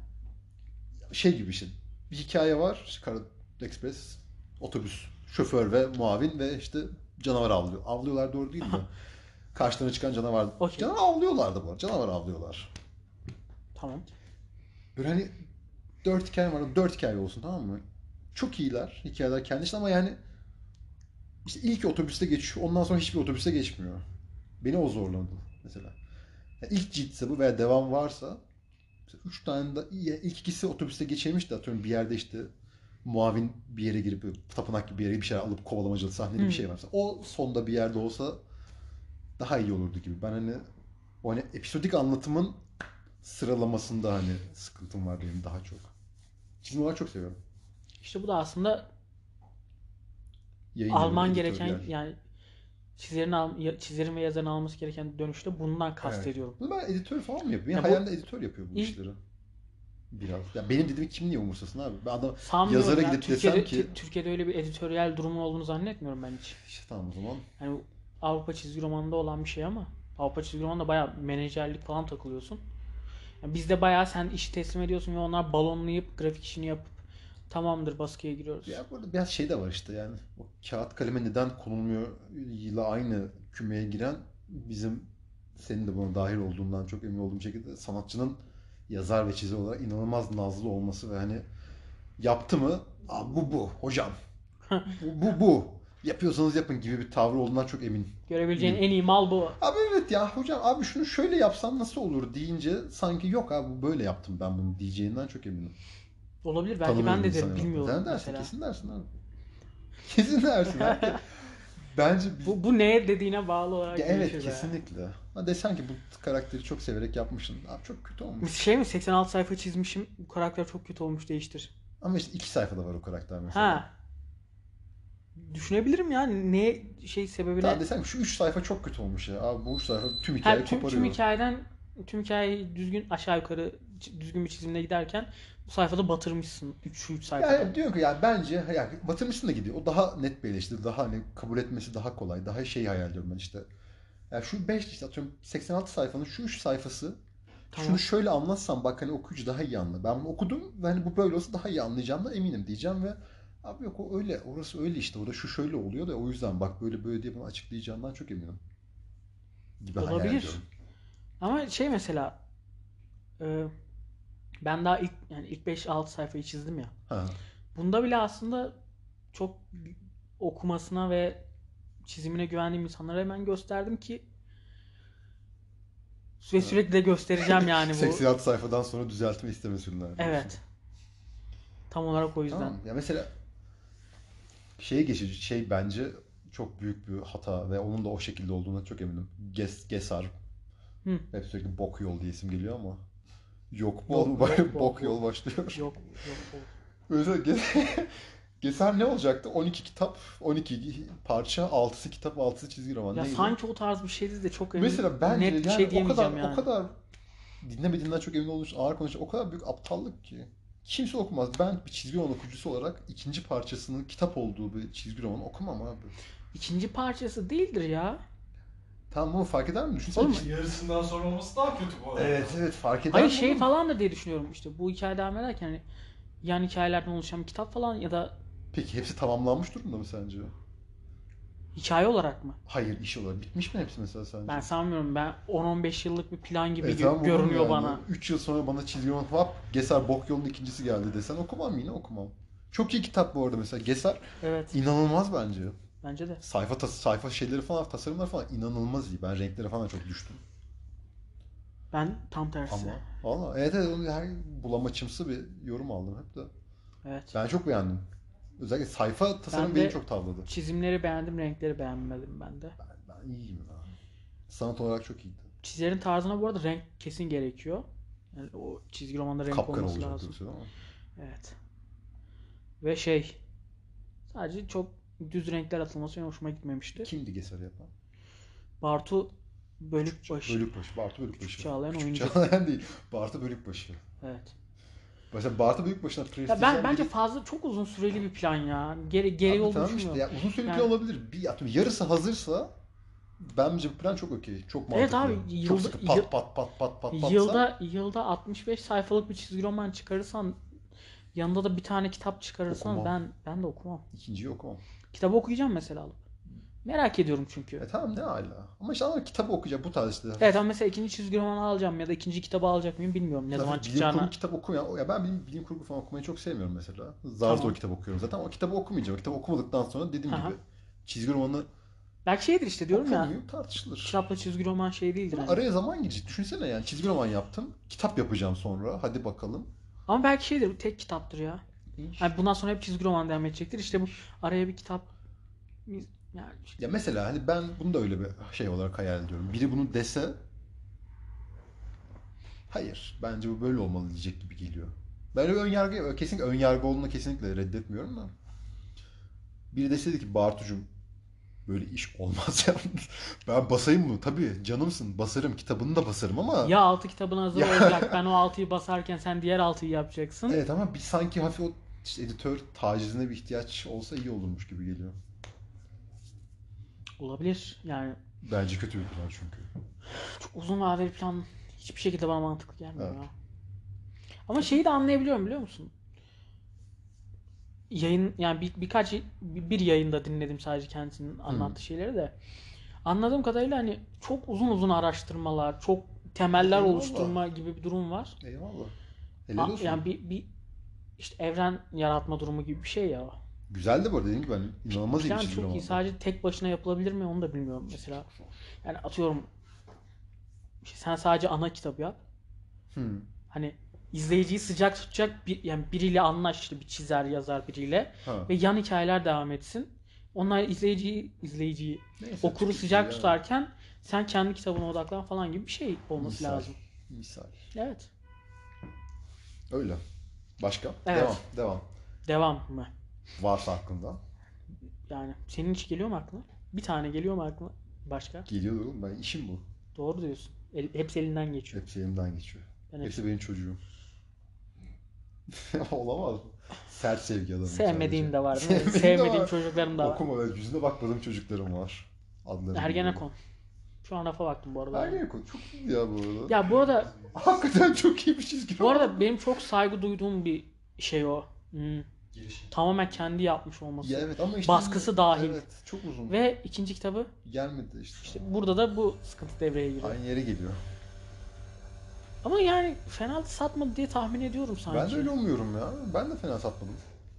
Şey gibi işte bir hikaye var. Kara Express otobüs şoför ve muavin ve işte canavar avlıyor. Avlıyorlar doğru değil mi? Karşılarına çıkan canavar. Okey. Canavar avlıyorlar da bu arada. Canavar avlıyorlar. Tamam. Böyle hani dört hikaye var. Dört hikaye olsun tamam mı? Çok iyiler. Hikayeler kendi içinde ama yani işte ilk otobüste geçiyor. Ondan sonra hiçbir otobüste geçmiyor. Beni o zorladı mesela. Yani ilk ciltse bu veya devam varsa mesela üç tane de ya ilk ikisi otobüste geçirmiş de atıyorum bir yerde işte muavin bir yere girip böyle tapınak gibi bir yere bir şeyler alıp kovalamacılı sahneli Hı. bir şey var. Mesela o sonda bir yerde olsa daha iyi olurdu gibi. Ben hani o hani episodik anlatımın sıralamasında hani sıkıntım var benim daha çok. Çizim olarak çok seviyorum. İşte bu da aslında yayın evi, alman editör gereken yani. yani çizerin al, ya- çizerin ve yazarın alması gereken dönüşte bundan kastediyorum. Bunu ben editör falan mı yapıyorum? Ya Benim bu- hayalimde editör yapıyor bu İlk- işleri. Biraz. Ya benim dediğimi kim niye umursasın abi? Ben adam Sanmıyorum yazara ya. gidip Türkiye'de, desem ki Tü- Türkiye'de öyle bir editoryal durumun olduğunu zannetmiyorum ben hiç. işte tamam o zaman. Yani bu Avrupa çizgi romanında olan bir şey ama Avrupa çizgi romanında bayağı menajerlik falan takılıyorsun. Yani bizde bayağı sen işi teslim ediyorsun ve onlar balonlayıp grafik işini yapıp tamamdır baskıya giriyoruz. Ya burada biraz şey de var işte yani. O kağıt kaleme neden konulmuyor ile aynı kümeye giren bizim senin de buna dahil olduğundan çok emin olduğum şekilde sanatçının yazar ve çizer olarak inanılmaz nazlı olması ve hani yaptı mı "Aa, bu bu hocam bu, bu bu yapıyorsanız yapın" gibi bir tavrı olduğundan çok eminim. Görebileceğin en iyi mal bu. Abi evet ya hocam abi şunu şöyle yapsan nasıl olur deyince sanki yok abi böyle yaptım ben bunu diyeceğinden çok eminim. Olabilir belki ben Tanımıyorum de derim insanı. bilmiyorum Sen dersin mesela. kesin dersin abi. Kesin dersin abi. Bence biz... Bu, bu ne dediğine bağlı olarak Ya evet değişir be. kesinlikle. Ha desen ki bu karakteri çok severek yapmışsın. Abi çok kötü olmuş. Şey mi seksen altı sayfa çizmişim bu karakter çok kötü olmuş değiştir. Ama işte iki sayfada var o karakter mesela. Ha. Düşünebilirim ya ne şey sebebine. Daha desen ki şu üç sayfa çok kötü olmuş ya. Abi bu üç sayfa tüm Ha, hikayeyi tüm, koparıyor. tüm hikayeden tüm hikayeyi düzgün aşağı yukarı ç- düzgün bir çizimle giderken bu sayfada batırmışsın üç üç sayfada. Yani diyor ki yani bence yani batırmışsın da gidiyor. O daha net bir eleştiri. Daha hani kabul etmesi daha kolay. Daha şey hayal ediyorum ben işte. Yani şu beş işte atıyorum seksen altı sayfanın şu üç sayfası Tamam. şunu şöyle anlatsam bak hani okuyucu daha iyi anlar. Ben bunu okudum ve hani bu böyle olsa daha iyi anlayacağımdan eminim diyeceğim ve abi yok o öyle orası öyle işte orada şu şöyle oluyor da o yüzden bak böyle böyle diye bunu açıklayacağımdan çok eminim. Gibi hayal Olabilir. ediyorum. Ama şey mesela e, ben daha ilk yani ilk beş altı sayfayı çizdim ya. Ha. Bunda bile aslında çok okumasına ve çizimine güvendiğim insanlara hemen gösterdim ki ve sürekli de göstereceğim yani bu. seksen altı sayfadan sonra düzeltme isteme sürüler. Evet. Tam olarak o yüzden. Tamam. Ya mesela şeye geçici şey bence çok büyük bir hata ve onun da o şekilde olduğuna çok eminim. Ges, Gesar. Hı. Hep sürekli bok yol diye isim geliyor ama. Yok bu Yok, oğlum, yok, bok, bok yol yol. başlıyor. Yok, yok, yok. Mesela Ge- Geser ne olacaktı? on iki kitap, on iki parça, altısı kitap, altısı çizgi roman. Ya Neydi? sanki o tarz bir şeydi de çok emin, Mesela bence net bir yani şey o diyemeyeceğim kadar yani. o kadar dinlemediğinden çok emin olduğum için ağır konuşuyor. O kadar büyük aptallık ki. Kimse okumaz. Ben bir çizgi roman okuyucusu olarak ikinci parçasının kitap olduğu bir çizgi roman okumam abi. İkinci parçası değildir ya. Tamam bunu fark eder mi? Düşünsene. Oğlum, bir- Yarısından sonra olması daha kötü bu arada. Evet evet fark eder Hayır mi şey oğlum? falan da diye düşünüyorum işte bu hikaye devam ederken hani yan hikayelerden oluşan bir kitap falan ya da Peki hepsi tamamlanmış durumda mı sence? hikaye olarak mı? Hayır iş olarak. Bitmiş mi hepsi mesela sence? Ben sanmıyorum. Ben on on beş yıllık bir plan gibi E, gö- tamam oğlum görünüyor yani. bana. üç yıl sonra bana çizgi roman hop Geser Bok Yol'un ikincisi geldi desen okumam yine okumam. Çok iyi kitap bu arada mesela. Geser Evet. inanılmaz bence. Bence de. Sayfa tas- sayfa şeyleri falan tasarımları falan inanılmaz iyi. Ben renklere falan çok düştüm. Ben tam tersi. Ama valla evet evet onu her bulamaçımsı bir yorum aldım hep de. Evet. Ben çok beğendim. Özellikle sayfa tasarımı Ben beni de- çok tavladı. Çizimleri beğendim, renkleri beğenmedim ben de. Ben, ben iyiyim ya. Sanat olarak çok iyiydi. Çizerin tarzına bu arada renk kesin gerekiyor. Yani o çizgi romanda renk Kapkara olması olacak lazım. diyorsun ama. Evet. Ve şey sadece çok düz renkler atılması benim hoşuma gitmemişti. Kimdi Geser yapan? Bartu Bölükbaşı. Bölükbaşı. Bartu Bölükbaşı. Küçük Çağlayan Küçük oyuncu. Çağlayan değil. Bartu Bölükbaşı. Evet. Mesela Bartu Bölükbaşı'na Ya prestijden ben bence biri- fazla çok uzun süreli bir plan ya. Geri geri Abi olduğunu tamam işte düşünmüyorum. ya uzun süreli Yani- plan olabilir. Bir atıyorum yarısı hazırsa bence bu plan çok okey. Çok mantıklı. Evet abi, çok yılda- sıkı pat yıl- pat pat pat pat patsa. Yılda yılda altmış beş sayfalık bir çizgi roman çıkarırsan yanında da bir tane kitap çıkarırsan Okumam. ben ben de okumam. İkinciyi okumam. Kitabı okuyacağım mesela alıp. Merak ediyorum çünkü. E tamam ne hala. Ama işte ama kitabı okuyacak bu tarz işte. Evet ama mesela ikinci çizgi romanı alacağım ya da ikinci kitabı alacak mıyım bilmiyorum ne Zaten zaman bilim çıkacağını. kurgu kitap okuyan, ya ben bilim, bilim kurgu falan okumayı çok sevmiyorum mesela. Zar Tamam. zor kitap okuyorum zaten. O kitabı okumayacağım. O kitabı okumadıktan sonra dediğim Aha. gibi çizgi romanı Belki şeydir işte diyorum ya. okumuyum tartışılır. Kitapla çizgi roman şey değildir. hani. Araya zaman girecek. Düşünsene yani çizgi roman yaptım. Kitap yapacağım sonra. Hadi bakalım. Ama belki şeydir bu tek kitaptır ya. Yani bundan sonra hep çizgi roman devam edecektir. İşte bu araya bir kitap yani işte- Ya mesela hani ben bunu da öyle bir şey olarak hayal ediyorum. Biri bunu dese hayır bence bu böyle olmalı diyecek gibi geliyor. Ben öyle ön yargı kesinlikle ön yargı olduğunu kesinlikle reddetmiyorum da. Biri deseydi ki Bartucuğum böyle iş olmaz ya. Ben basayım mı? Tabii canımsın. Basarım. Kitabını da basarım ama. Ya altı kitabın hazır Ya. olacak. Ben o altıyı basarken sen diğer altıyı yapacaksın. Evet ama bir sanki hafif o işte editör tacizine bir ihtiyaç olsa iyi olurmuş gibi geliyor. Olabilir. Yani Bence kötü bir plan çünkü. çok uzun vadeli plan hiçbir şekilde bana mantıklı gelmiyor Evet. ya. Ama şeyi de anlayabiliyorum biliyor musun? Yayın yani bir, birkaç bir, bir yayında dinledim sadece kendisinin anlattığı şeyleri de. Anladığım kadarıyla hani çok uzun uzun araştırmalar, çok temeller Eyvallah. oluşturma gibi bir durum var. Eyvallah. Helal A- olsun. Yani bir, bir işte evren yaratma durumu gibi bir şey ya. Güzel de bu arada dediğim gibi ben inanılmaz iyi bir Yani çizgi çok iyi. roman. Sadece tek başına yapılabilir mi onu da bilmiyorum mesela. Yani atıyorum işte sen sadece ana kitabı yap. Hmm. Hani izleyiciyi sıcak tutacak bir yani biriyle anlaş işte bir çizer yazar biriyle Ha. ve yan hikayeler devam etsin. Onlar izleyiciyi izleyiciyi Neyse, okuru çok iyi sıcak ya. tutarken sen kendi kitabına odaklan falan gibi bir şey olması Misal. lazım. Misal. Evet. Öyle. Başka? Evet. Devam. Devam. Devam mı? Varsa aklında. Yani senin hiç geliyor mu aklına? Bir tane geliyor mu aklına? Başka? Geliyor oğlum. Ben işim bu. Doğru diyorsun. El, hepsi elinden geçiyor. Hepsi elimden geçiyor. Ben Hepsi benim çocuğum. Olamaz mı? Sert sevgi adamım. sevmediğim de var değil mi? Sevmediğim de Sevmediğim var. çocuklarım da var. Okuma ve yüzüne bakmadığım çocuklarım var. Adlarını Ergenekon. Şu an rafa baktım bu arada. Ergenekon çok iyi ya bu arada. Ya bu arada Hakikaten çok iyi bir çizgi. bu arada benim çok saygı duyduğum bir şey o. Hmm. Girişim. Tamamen kendi yapmış olması. Ya evet ama işte Baskısı dahil. Evet, çok uzun. Ve ikinci kitabı gelmedi işte. işte burada da bu sıkıntı devreye giriyor. Aynı yere geliyor. Ama yani fena satmadı diye tahmin ediyorum sanki. Ben de öyle umuyorum ya. Ben de fena satmadım.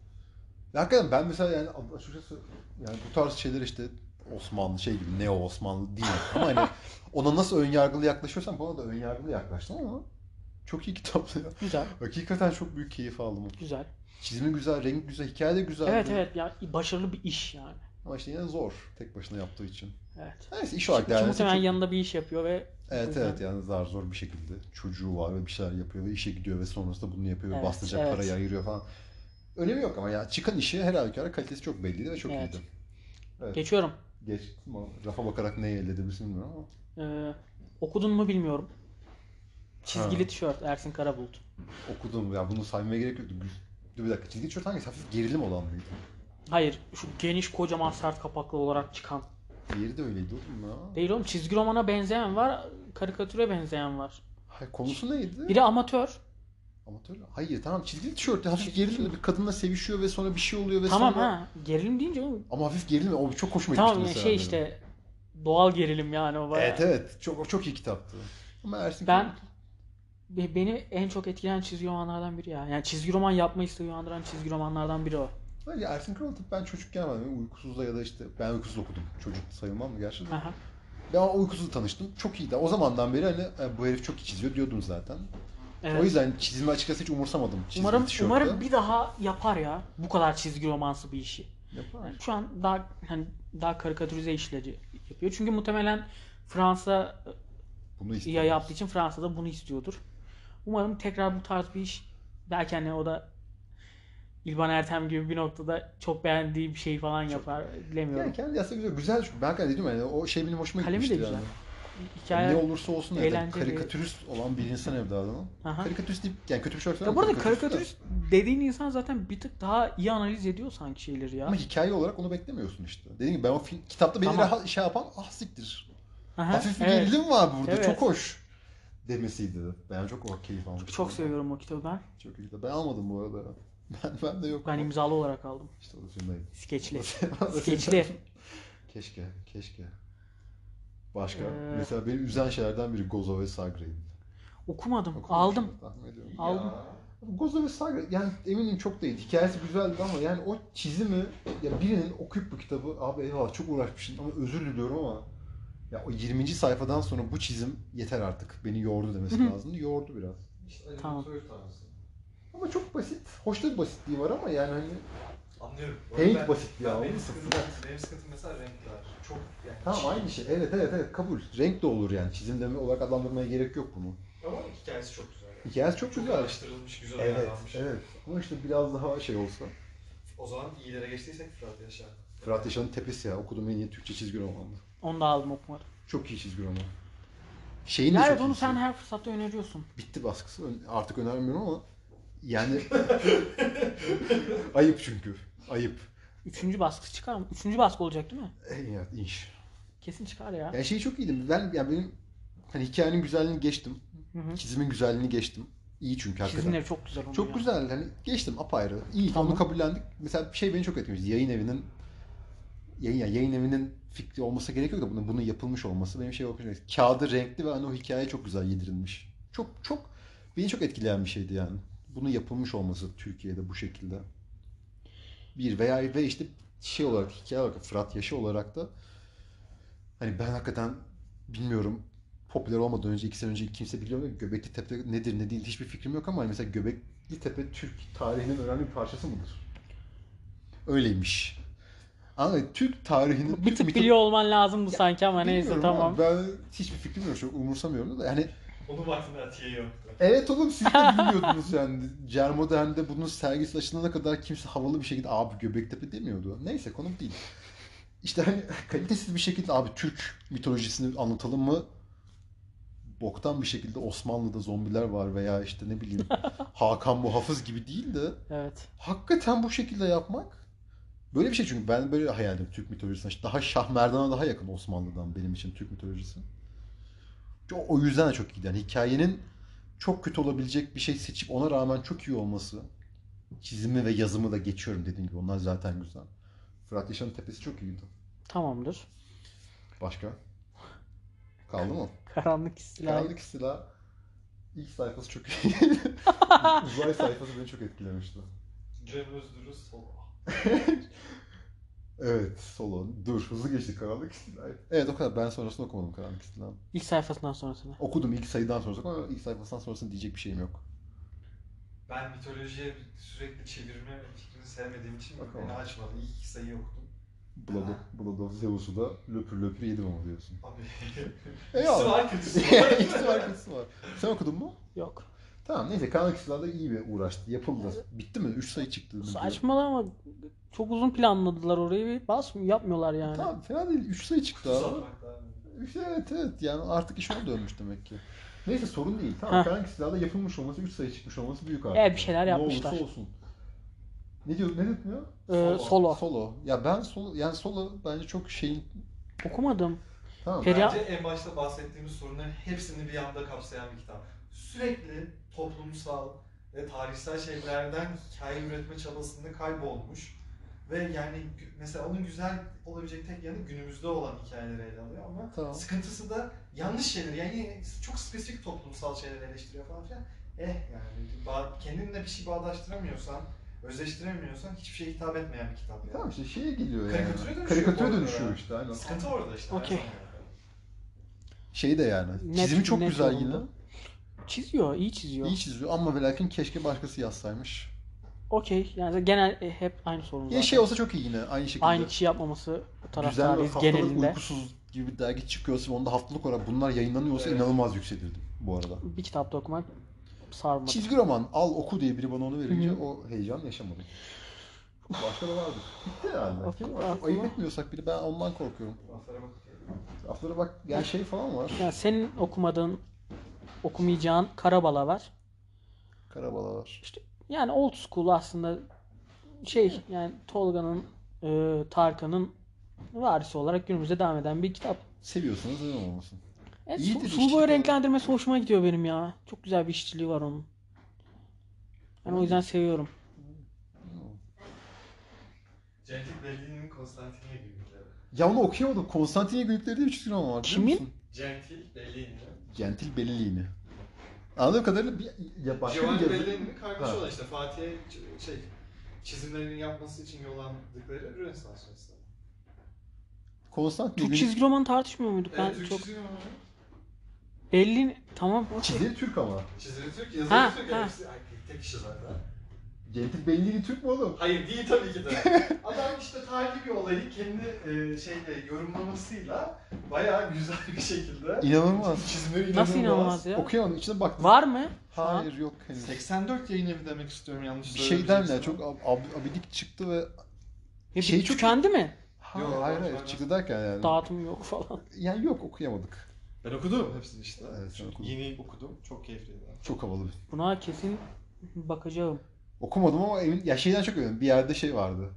Ya hakikaten ben mesela yani açıkçası yani bu tarz şeyler işte Osmanlı şey gibi Neo Osmanlı değil ama hani ona nasıl ön yargılı yaklaşıyorsam bana da ön yargılı yaklaştım ama çok iyi kitaptı ya. Güzel. Hakikaten çok büyük keyif aldım. Güzel. Çizimi güzel, renk güzel, hikaye de güzel. Evet evet ya başarılı bir iş yani. Ama işte yine zor tek başına yaptığı için. Evet. Neyse iş olarak Çünkü değerlendirse muhtemelen çok- yanında bir iş yapıyor ve Evet o yüzden- evet yani zar zor bir şekilde çocuğu var ve bir şeyler yapıyor ve işe gidiyor ve sonrasında bunu yapıyor ve Evet, bastıracak evet. parayı ayırıyor falan. Önemi yok ama ya çıkan işi her halükarda kalitesi çok belliydi ve çok Evet. iyiydi. Evet. Geçiyorum. Geç. Ama rafa bakarak neyi elde edebilirsin bilmiyorum ama. Ee, okudun mu bilmiyorum. Çizgili Ha. tişört Ersin Karabulut. Okudum ya bunu saymaya gerek yoktu. Dur bir dakika çizgi tişört hangisi? Hafif gerilim olan mıydı? Hayır şu geniş kocaman sert kapaklı olarak çıkan. Diğeri de öyleydi oğlum ya. Değil oğlum çizgi romana benzeyen var, karikatüre benzeyen var. Hayır, konusu neydi? Biri amatör. Amatör. Hayır tamam çizgili tişört hafif gerilimli bir kadınla sevişiyor ve sonra bir şey oluyor ve Tamam sonra... ha. Gerilim deyince oğlum. Ama hafif gerilim o çok hoşuma Tamam gitmişti yani mesela şey benim. işte doğal gerilim yani o bayağı. Evet evet çok o çok iyi kitaptı. Ama Ersin Ben Karabulut- be- beni en çok etkileyen çizgi romanlardan biri ya. Yani çizgi roman yapma isteği uyandıran çizgi romanlardan biri o. Hayır, Ersin Karabulut ben çocukken ben uykusuzla ya da işte ben uykusuz okudum. Çocuk sayılmam mı gerçi de. Aha. Ben o uykusuzla tanıştım. Çok iyiydi. O zamandan beri hani "E, bu herif çok iyi çiziyor diyordun zaten. Evet. O yüzden çizimi açıkçası hiç umursamadım. Çizgili Umarım tişörtte. umarım bir daha yapar ya. Bu kadar çizgi romansı bir işi. Yapar. Yani şu an daha hani daha karikatürize işleri yapıyor. Çünkü muhtemelen Fransa Bunu ya istiyor. yaptığı için Fransa'da bunu istiyordur. Umarım tekrar bu tarz bir iş belki hani o da İlban Ertem gibi bir noktada çok beğendiği bir şey falan yapar. Bilemiyorum. Yani kendi yazsa güzel. Güzel çünkü. Ben hakikaten dedim yani o şey benim hoşuma Kalemi de gitmişti güzel. yani. Hikaye... Ne olursa olsun yani eğlenceli. karikatürist olan bir insan evladının. Aha. Karikatürist deyip yani kötü bir şey Ya söylemiyorum. bu arada karikatürist de. karikatürist dediğin insan zaten bir tık daha iyi analiz ediyor sanki şeyleri ya. Ama hikaye olarak onu beklemiyorsun işte. Dediğim gibi ben o film, kitapta beni Tamam. rahat şey yapan ah siktir. Aha, Hafif bir evet. gerilim var burada. Evet. Çok hoş demesiydi. Ben çok o keyif almıştım. Çok seviyorum o kitabı ben. Çok iyi. Ben almadım bu arada. Ben, ben de yok. Ben ama. imzalı olarak aldım. İşte o da filmdeyim. Skeçli. O da Skeçli. Keşke, keşke. Başka? Ee, Mesela beni üzen şeylerden biri Gozo ve Sagre'ydi. Okumadım. Okumamışım, Aldım. tahmin ediyorum. Aldım. Ya. Gozo ve Sagre yani eminim çok değil. Hikayesi güzeldi ama yani o çizimi ya birinin okuyup bu kitabı abi eyvallah çok uğraşmışsın ama özür diliyorum ama ya o yirminci sayfadan sonra bu çizim yeter artık. Beni yordu demesi lazımdı. Yordu biraz. İşte Tamam. animatör tarzı. Ama çok basit. Hoş da bir basitliği var ama yani hani Anlıyorum. Paint Ben- basit ya, ben- Benim anladın sıkıntım, mı? benim sıkıntım mesela renkler. Çok yani. tamam aynı şey. Evet evet evet kabul. Renk de olur yani. Çizim deme olarak adlandırmaya gerek yok bunu. Ama hikayesi çok güzel. Hikayesi çok Çok güzel. araştırılmış, güzel Evet, ayarlanmış. evet. Ama işte biraz daha şey olsa. O zaman iyilere geçtiysek Fırat Yaşar. Fırat Yaşar'ın Tepesi ya. Okuduğum en iyi Türkçe çizgi romandı. Onu da aldım okumadım. Çok iyi çizgi roman. Şeyin de Ya çok evet onu iyisi. sen her fırsatta öneriyorsun. Bitti baskısı. Ön- Artık önermiyorum ama yani ayıp çünkü. Ayıp. Üçüncü baskısı çıkar mı? Üçüncü baskı olacak değil mi? Evet, inş. Kesin çıkar ya. Yani şey çok iyiydi. Ben yani benim hani hikayenin güzelliğini geçtim. Hı hı. Çizimin güzelliğini geçtim. İyi çünkü hakikaten. Çizimleri çok güzel onun Çok ya. güzel. Hani geçtim apayrı. İyi Tamam. onu kabullendik. Mesela bir şey beni çok etkilemiş. Yayın evinin yayın yani yayın evinin fikri olması gerekiyor da bunun bunun yapılmış olması benim şey okuyacak. Kağıdı renkli ve hani o hikaye çok güzel yedirilmiş. Çok çok beni çok etkileyen bir şeydi yani. Bunun yapılmış olması Türkiye'de bu şekilde. Bir veya ve işte şey olarak hikaye olarak Fırat Yaşı olarak da hani ben hakikaten bilmiyorum popüler olmadan önce iki sene önce kimse biliyor mu? Göbekli Tepe nedir ne değil hiçbir fikrim yok ama hani mesela Göbekli Tepe Türk tarihinin önemli bir parçası mıdır? Öyleymiş. Ama Türk tarihinin... Bir Türk tık mito- biliyor olman lazımdı sanki ama neyse Bilmiyorum tamam. abi, ben hiçbir fikrim yok. Çok umursamıyorum da. Yani Onun vaktinde Atiye yoktu. evet oğlum siz de bilmiyordunuz yani. Cermodern'de bunun sergisi açılana kadar kimse havalı bir şekilde abi Göbektepe demiyordu. Neyse konu değil. İşte hani kalitesiz bir şekilde abi Türk mitolojisini anlatalım mı? Boktan bir şekilde Osmanlı'da zombiler var veya işte ne bileyim Hakan Muhafız gibi değil de Evet. hakikaten bu şekilde yapmak böyle bir şey çünkü ben böyle hayal ediyorum Türk mitolojisine. İşte daha Şah Merdan'a daha yakın Osmanlı'dan benim için Türk mitolojisi. O, o yüzden de çok iyiydi. Yani hikayenin çok kötü olabilecek bir şey seçip ona rağmen çok iyi olması. Çizimi ve yazımı da geçiyorum dediğim gibi. Onlar zaten güzel. Fırat Yaşar'ın Tepesi çok iyiydi. Tamamdır. Başka? Kaldı mı? Karanlık istila. Karanlık İstila ilk sayfası çok iyi. Uzay sayfası beni çok etkilemişti. Cem Özdürü Solo. Evet, solo. Dur, hızlı geçtik Karanlık İstila. Evet, o kadar. Ben sonrasını okumadım Karanlık İstila'nın. İlk sayfasından sonrasını. Okudum ilk sayıdan sonrasını ama ilk sayfasından sonrasını diyecek bir şeyim yok. Ben mitolojiye sürekli çevirme fikrini sevmediğim için Bakalım. beni açmadı. İlk iki sayıyı okudum. Blood of, Blood of Zeus'u da löpür löpür yedim ama diyorsun. Abi. Eyvallah. İkisi var kötüsü var. İkisi var kötüsü var. Sen okudun mu? Yok. Tamam neyse Karanlık İstila'da iyi bir uğraştı. Yapıldı. Bitti mi? üç sayı çıktı. Saçmalama. Çok uzun planladılar orayı bir bas yapmıyorlar yani. Tamam fena değil. üç sayı çıktı abi. Uzatmak daha iyi. Üç- Evet evet yani artık iş ona dönmüş demek ki. Neyse sorun değil. Tamam Heh. Karanlık İstila'da yapılmış olması, üç sayı çıkmış olması büyük artık. Evet, bir şeyler Ne yapmışlar. olursa olsun. Ne diyor? Ne dedin ya? Ee, Solo. solo. Solo. Ya ben solo yani solo bence çok şeyin Okumadım. tamam. Peri- Bence en başta bahsettiğimiz sorunların hepsini bir anda kapsayan bir kitap. Sürekli toplumsal ve tarihsel şeylerden hikaye üretme çabasında kaybolmuş. Ve yani gü- mesela onun güzel olabilecek tek yanı günümüzde olan hikayeleri ele alıyor ama Tamam. sıkıntısı da yanlış şeyler. Yani çok spesifik toplumsal şeyleri eleştiriyor falan filan. Eh yani ba- kendinle bir şey bağdaştıramıyorsan, özleştiremiyorsan hiçbir şeye hitap etmeyen bir kitap yani. Tamam işte şeye geliyor yani. Karikatüre dönüşüyor Karikatüre bu arada dönüşüyor ya. işte aynen. Sıkıntı orada işte. her Okey. zaman. Şey de yani. Net- Çizimi çok net güzel yolunda. yine. Çiziyor, iyi çiziyor. İyi çiziyor ama ve lakin keşke başkası yazsaymış. Okey. Yani genel e, hep aynı sorun zaten. Ya şey olsa çok iyi yine aynı şekilde. Aynı kişi yapmaması Düzenli taraftarıyız haftalık genelinde. uykusuz gibi bir dergi çıkıyorsa ve onda haftalık olarak bunlar yayınlanıyorsa Evet. inanılmaz yükselirdim bu arada. Bir kitapta okumak sarmadı. Çizgi roman al oku diye biri bana onu verince Hı hı. o heyecan yaşamadım. Başka da vardır. Bitti herhalde. Okey, Çok aklıma- ayıp etmiyorsak bile ben ondan korkuyorum. Laflara bak. Laflara bak yani şey falan var. Yani senin okumadığın, okumayacağın Karabala var. Karabala var. İşte yani old school aslında şey yani Tolga'nın, e, Tarkan'ın varisi olarak günümüzde devam eden bir kitap. Seviyorsanız neden olmasın. Evet, İyi su, dedi sulu işte. boya renklendirmesi hoşuma gidiyor benim ya. Çok güzel bir işçiliği var onun. Ben o yüzden seviyorum. Cenk Bellini'nin Konstantin'e günlükleri. Ya onu okuyamadım. Konstantine Günlükleri diye bir çizgi roman var. biliyor Kimin? musun? Cenk Bellini. Gentil Bellini. Anladığım kadarıyla bir ya başka bir Giovanni yazı. Bellini'nin kardeşi Ha. olan işte Fatih'e ç- şey çizimlerini yapması için yollandıkları Rönesans ressamı. Konstantine Türk Günlük- çizgi roman tartışmıyor muyduk? Ben Evet, Türk çok çizimi var. belli tamam okey. Çizili Türk ama. Çizimi Türk, Ha, yazarı Türk, ha. hepsi ay, tek kişi zaten. Gentil Bellini Türk mü oğlum? Hayır değil tabii ki de. Adam işte tarihi bir olayı kendi e, şeyle yorumlamasıyla bayağı güzel bir şekilde. İnanılmaz. Çizimleri inanılmaz. Nasıl inanılmaz ya? Okuyamadım. İçine baktım. Var mı? Şu an? Hayır yok henüz. seksen dört yayın evi demek istiyorum yanlış Bir şey derler söylemeyeceksem. çok ab- ab- abidik çıktı ve E, şey bir çok- tükendi mi? hayır Yok, hayır, yok, hayır. yok. çıktı derken yani. Dağıtım yok falan. Yani yok okuyamadık. Ben okudum hepsini işte. Evet, sen Çünkü okudun. Yeni okudum. Çok keyifliydi. Çok havalı bir. Buna kesin bakacağım. Okumadım ama emin ya şeyden çok eminim. Bir yerde şey vardı.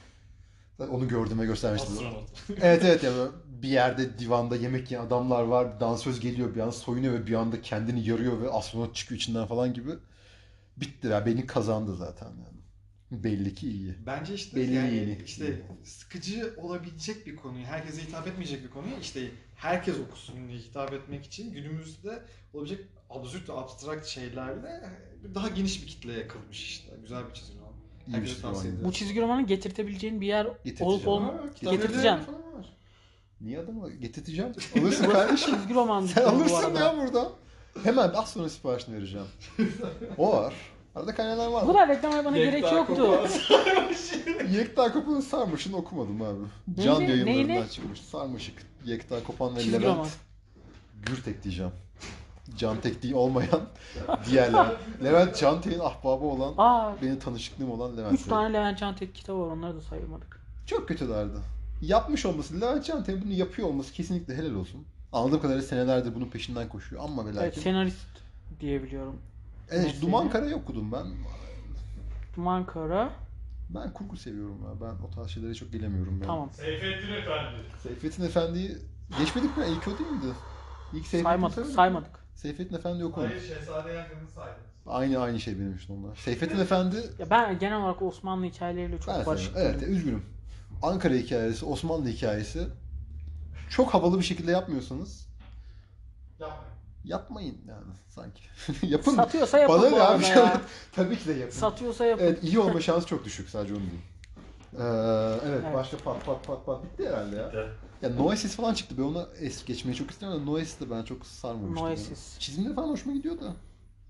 Zaten onu gördüğüme göstermiştim. Astronot. Evet evet yani böyle bir yerde divanda yemek yiyen adamlar var. Bir dansöz geliyor bir an soyunuyor ve bir anda kendini yarıyor ve astronot çıkıyor içinden falan gibi. Bitti ya beni kazandı zaten yani. Belli ki iyi. Bence işte Belli yani yeni. işte sıkıcı olabilecek bir konuyu, herkese hitap etmeyecek bir konuyu işte herkes okusun diye hitap etmek için günümüzde olabilecek absürt ve abstrakt şeylerle daha geniş bir kitleye kılmış işte. Güzel bir çizim o. İyi bir Herkese çizim tavsiye oydu. ederim. Bu çizgi romanı getirtebileceğin bir yer Getirteceğim. olup olma. Ha, Getirteceğim. kitapları falan var. Niye adamı getirteceğim? Alırsın kardeşim. Çizgi roman Sen bu alırsın arada. ya buradan. Hemen az sonra siparişini vereceğim. O var. Arada kaynalar var. Bu kadar reklam yapmana gerek Yekta yoktu. Kopmaz. Yekta Kopan'ın Sarmaşık'ını okumadım abi. Can Neyini? yayınlarından Neyini? çıkmış. Sarmaşık. Yekta Kopan ve Çizgi roman. Levent Gürtek diyeceğim. Can Tek değil olmayan diğerler. Levent Can Tek'in ahbabı olan, Aa, benim tanışıklığım olan Levent üç Tek. tane Levent Cantek kitabı var. Onları da saymadık. Çok kötülerdi. Yapmış olması, Levent Can Tek'in bunu yapıyor olması kesinlikle helal olsun. Anladığım kadarıyla senelerdir bunun peşinden koşuyor ama ve Evet, lakin. senarist diyebiliyorum. Evet, mesleği. Duman Kara'yı okudum ben. Duman Kara. Ben kurgu seviyorum ya. Ben o tarz şeylere çok gelemiyorum yani. Tamam. Seyfettin Efendi. Seyfettin Efendi'yi geçmedik mi? İlk o değil miydi? İlk Seyfettin Saymadık. söylemedik mi? Saymadık. Seyfettin Efendi okumadık. Hayır Şehzade Yangın'ı saydım. Aynı aynı şey benim için onlar. Seyfettin Efendi Ya ben genel olarak Osmanlı hikayeleriyle çok ben barışık. seviyorum. Evet, üzgünüm. Ankara hikayesi, Osmanlı hikayesi çok havalı bir şekilde yapmıyorsanız Yapmayın. yapmayın yani sanki. Yapın. Satıyorsa yapın Bana bu ne arada abi? ya. Tabii ki de yapın. Satıyorsa yapın. Evet, iyi olma şansı çok düşük, sadece onu diyeyim. Ee, evet, Evet. başka pat pat pat pat bitti herhalde ya. Bitti. Ya Noesis falan çıktı. Ben ona es geçmeyi çok isterim ama Noesis de ben çok sarmamıştım. Noesis. Yani. Çizimleri falan hoşuma gidiyor da.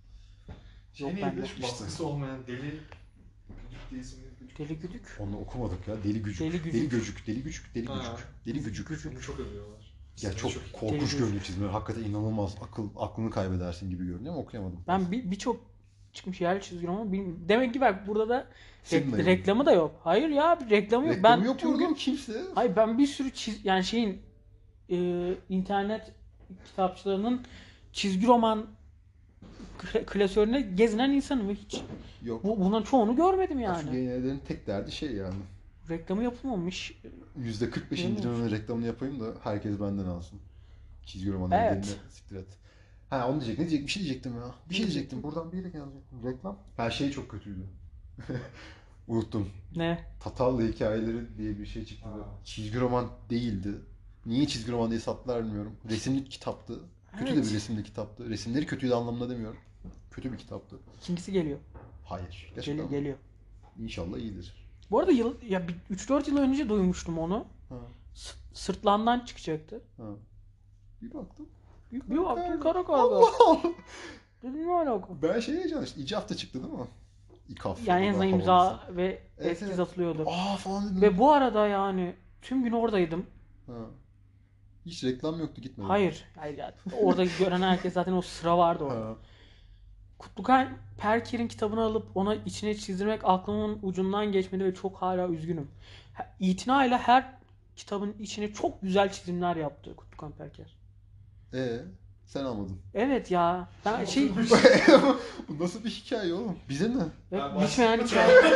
Şey Yok, neydi? ben de. Şu baskısı olmayan deli gücük diye isimli gücük. Deli Güdük. Onu okumadık ya. Deli Gücük. Deli Gücük. Deli Göcük. Deli Gücük. Deli Ha. Gücük. Deli Gücük. Bunu çok övüyorlar. Ya İsimleri çok iyi. korkunç Deli görünüyor çizimleri. Hakikaten inanılmaz. Akıl aklını kaybedersin gibi görünüyor ama okuyamadım. Ben bir birçok çıkmış yerli çizgi roman bilmiyorum. Demek ki bak burada da Senin rek- de yok. reklamı da yok. Hayır ya bir reklamı yok. Reklamı Ben yok tüm burada gün- kimse. Hayır ben bir sürü çiz yani şeyin e, internet kitapçılarının çizgi roman kla- klasörüne gezinen insanım ve hiç Yok. bu, bunların çoğunu görmedim Ya şu yani. yayın evlerinin tek derdi şey yani. Reklamı yapılmamış. yüzde kırk beş Bilmiyorum. indiriminin reklamını yapayım da herkes benden alsın. Çizgi romanın Evet. ellerine siktir et. Ha onu diyecek. Ne diyecek? Bir şey diyecektim ya. Bir şey diyecektim. Buradan bir yere gelecektim. Reklam. Her şey çok kötüydü. Unuttum. Ne? Tatallı hikayeleri diye bir şey çıktı. Aa. Çizgi roman değildi. Niye çizgi roman diye sattılar bilmiyorum. Resimli kitaptı. Kötü de Evet. bir resimli kitaptı. Resimleri kötüydü anlamında demiyorum. Kötü bir kitaptı. İkincisi geliyor. Hayır. Gerçekten Geliyor, mi? geliyor. İnşallah iyidir. Bu arada yıl ya üç dört yıl önce duymuştum onu. Ha. S- Sırtlandan çıkacaktı. Ha. Bir baktım. Bir, bir baktım kara karga. Allah Allah. Dedim ne alaka? Ben şey heyecanlı işte. İki hafta çıktı değil mi? İkaf. Yani en azından Havalısı. imza ve Evet, eskiz evet. atılıyordu. Aa falan dedim. Ve bu arada yani tüm gün oradaydım. Ha. Hiç reklam yoktu gitmedim. Hayır. Hayır ya. Orada gören herkes zaten o sıra vardı orada. Ha. Kutlukay Perker'in kitabını alıp ona içine çizdirmek aklımın ucundan geçmedi ve çok hala üzgünüm. Ha- İtinayla her kitabın içine çok güzel çizimler yaptı Kutlukay Perker. Ee, sen almadın. Evet ya. Ben şey Bu nasıl bir hikaye oğlum? Bize ne? Ben bitmeyen başlayayım. hikaye.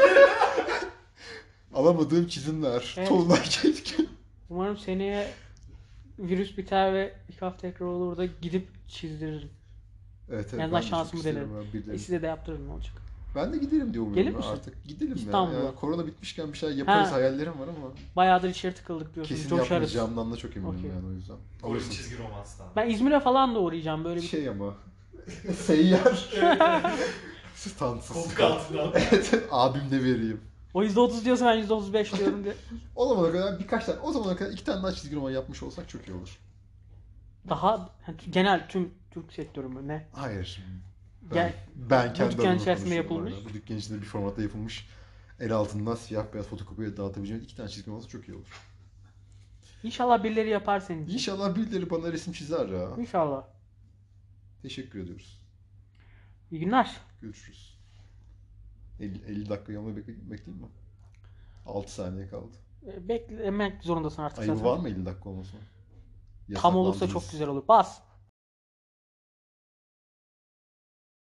Alamadığım çizimler. Evet. Tolunay keşke. Umarım seneye virüs biter ve ilk hafta tekrar olur da gidip çizdiririm. Evet evet. En azından ben de çok şansımı isterim denerim. ya, birileri. E size de yaptırırım ne olacak. Ben de giderim diyor Gelir umuyorum misin? artık. Gidelim İstanbul'a. ya. Yani korona bitmişken bir şey yaparız Ha. hayallerim var ama Bayağıdır içeri tıkıldık diyorsun. kesin Coşarız. yapmayacağımdan da çok eminim Okey. yani o yüzden. Kore'nin Alırsın. çizgi romanstan. Ben İzmir'e falan da uğrayacağım böyle bir Şey ama seyyar standsız. Koltuk altından. Evet abim de vereyim. O yüzde otuz diyorsa ben yüzde otuz beş diyorum diye. O zamana kadar birkaç tane, o zamana kadar iki tane daha çizgi roman yapmış olsak çok iyi olur. Daha hani genel tüm Türk sektörü mü ne? Hayır. Gel, Ben bu kendi dükkan adıma içerisinde konuşuyorum yapılmış. hala. Bu dükkan içinde bir formatta yapılmış. El altından siyah beyaz fotokopiye dağıtabileceğim iki tane çizgi olsa çok iyi olur. İnşallah birileri yapar senin için. İnşallah birileri bana resim çizer ya. İnşallah. Teşekkür ediyoruz. İyi günler. Görüşürüz. elli, elli dakika yanına bekle, bekleyeyim mi? altı saniye kaldı. E, Beklemek zorundasın artık Ayıbı zaten. var mı elli dakika olmasına? Tam olursa çok Yasaklandınız. güzel olur. Bas.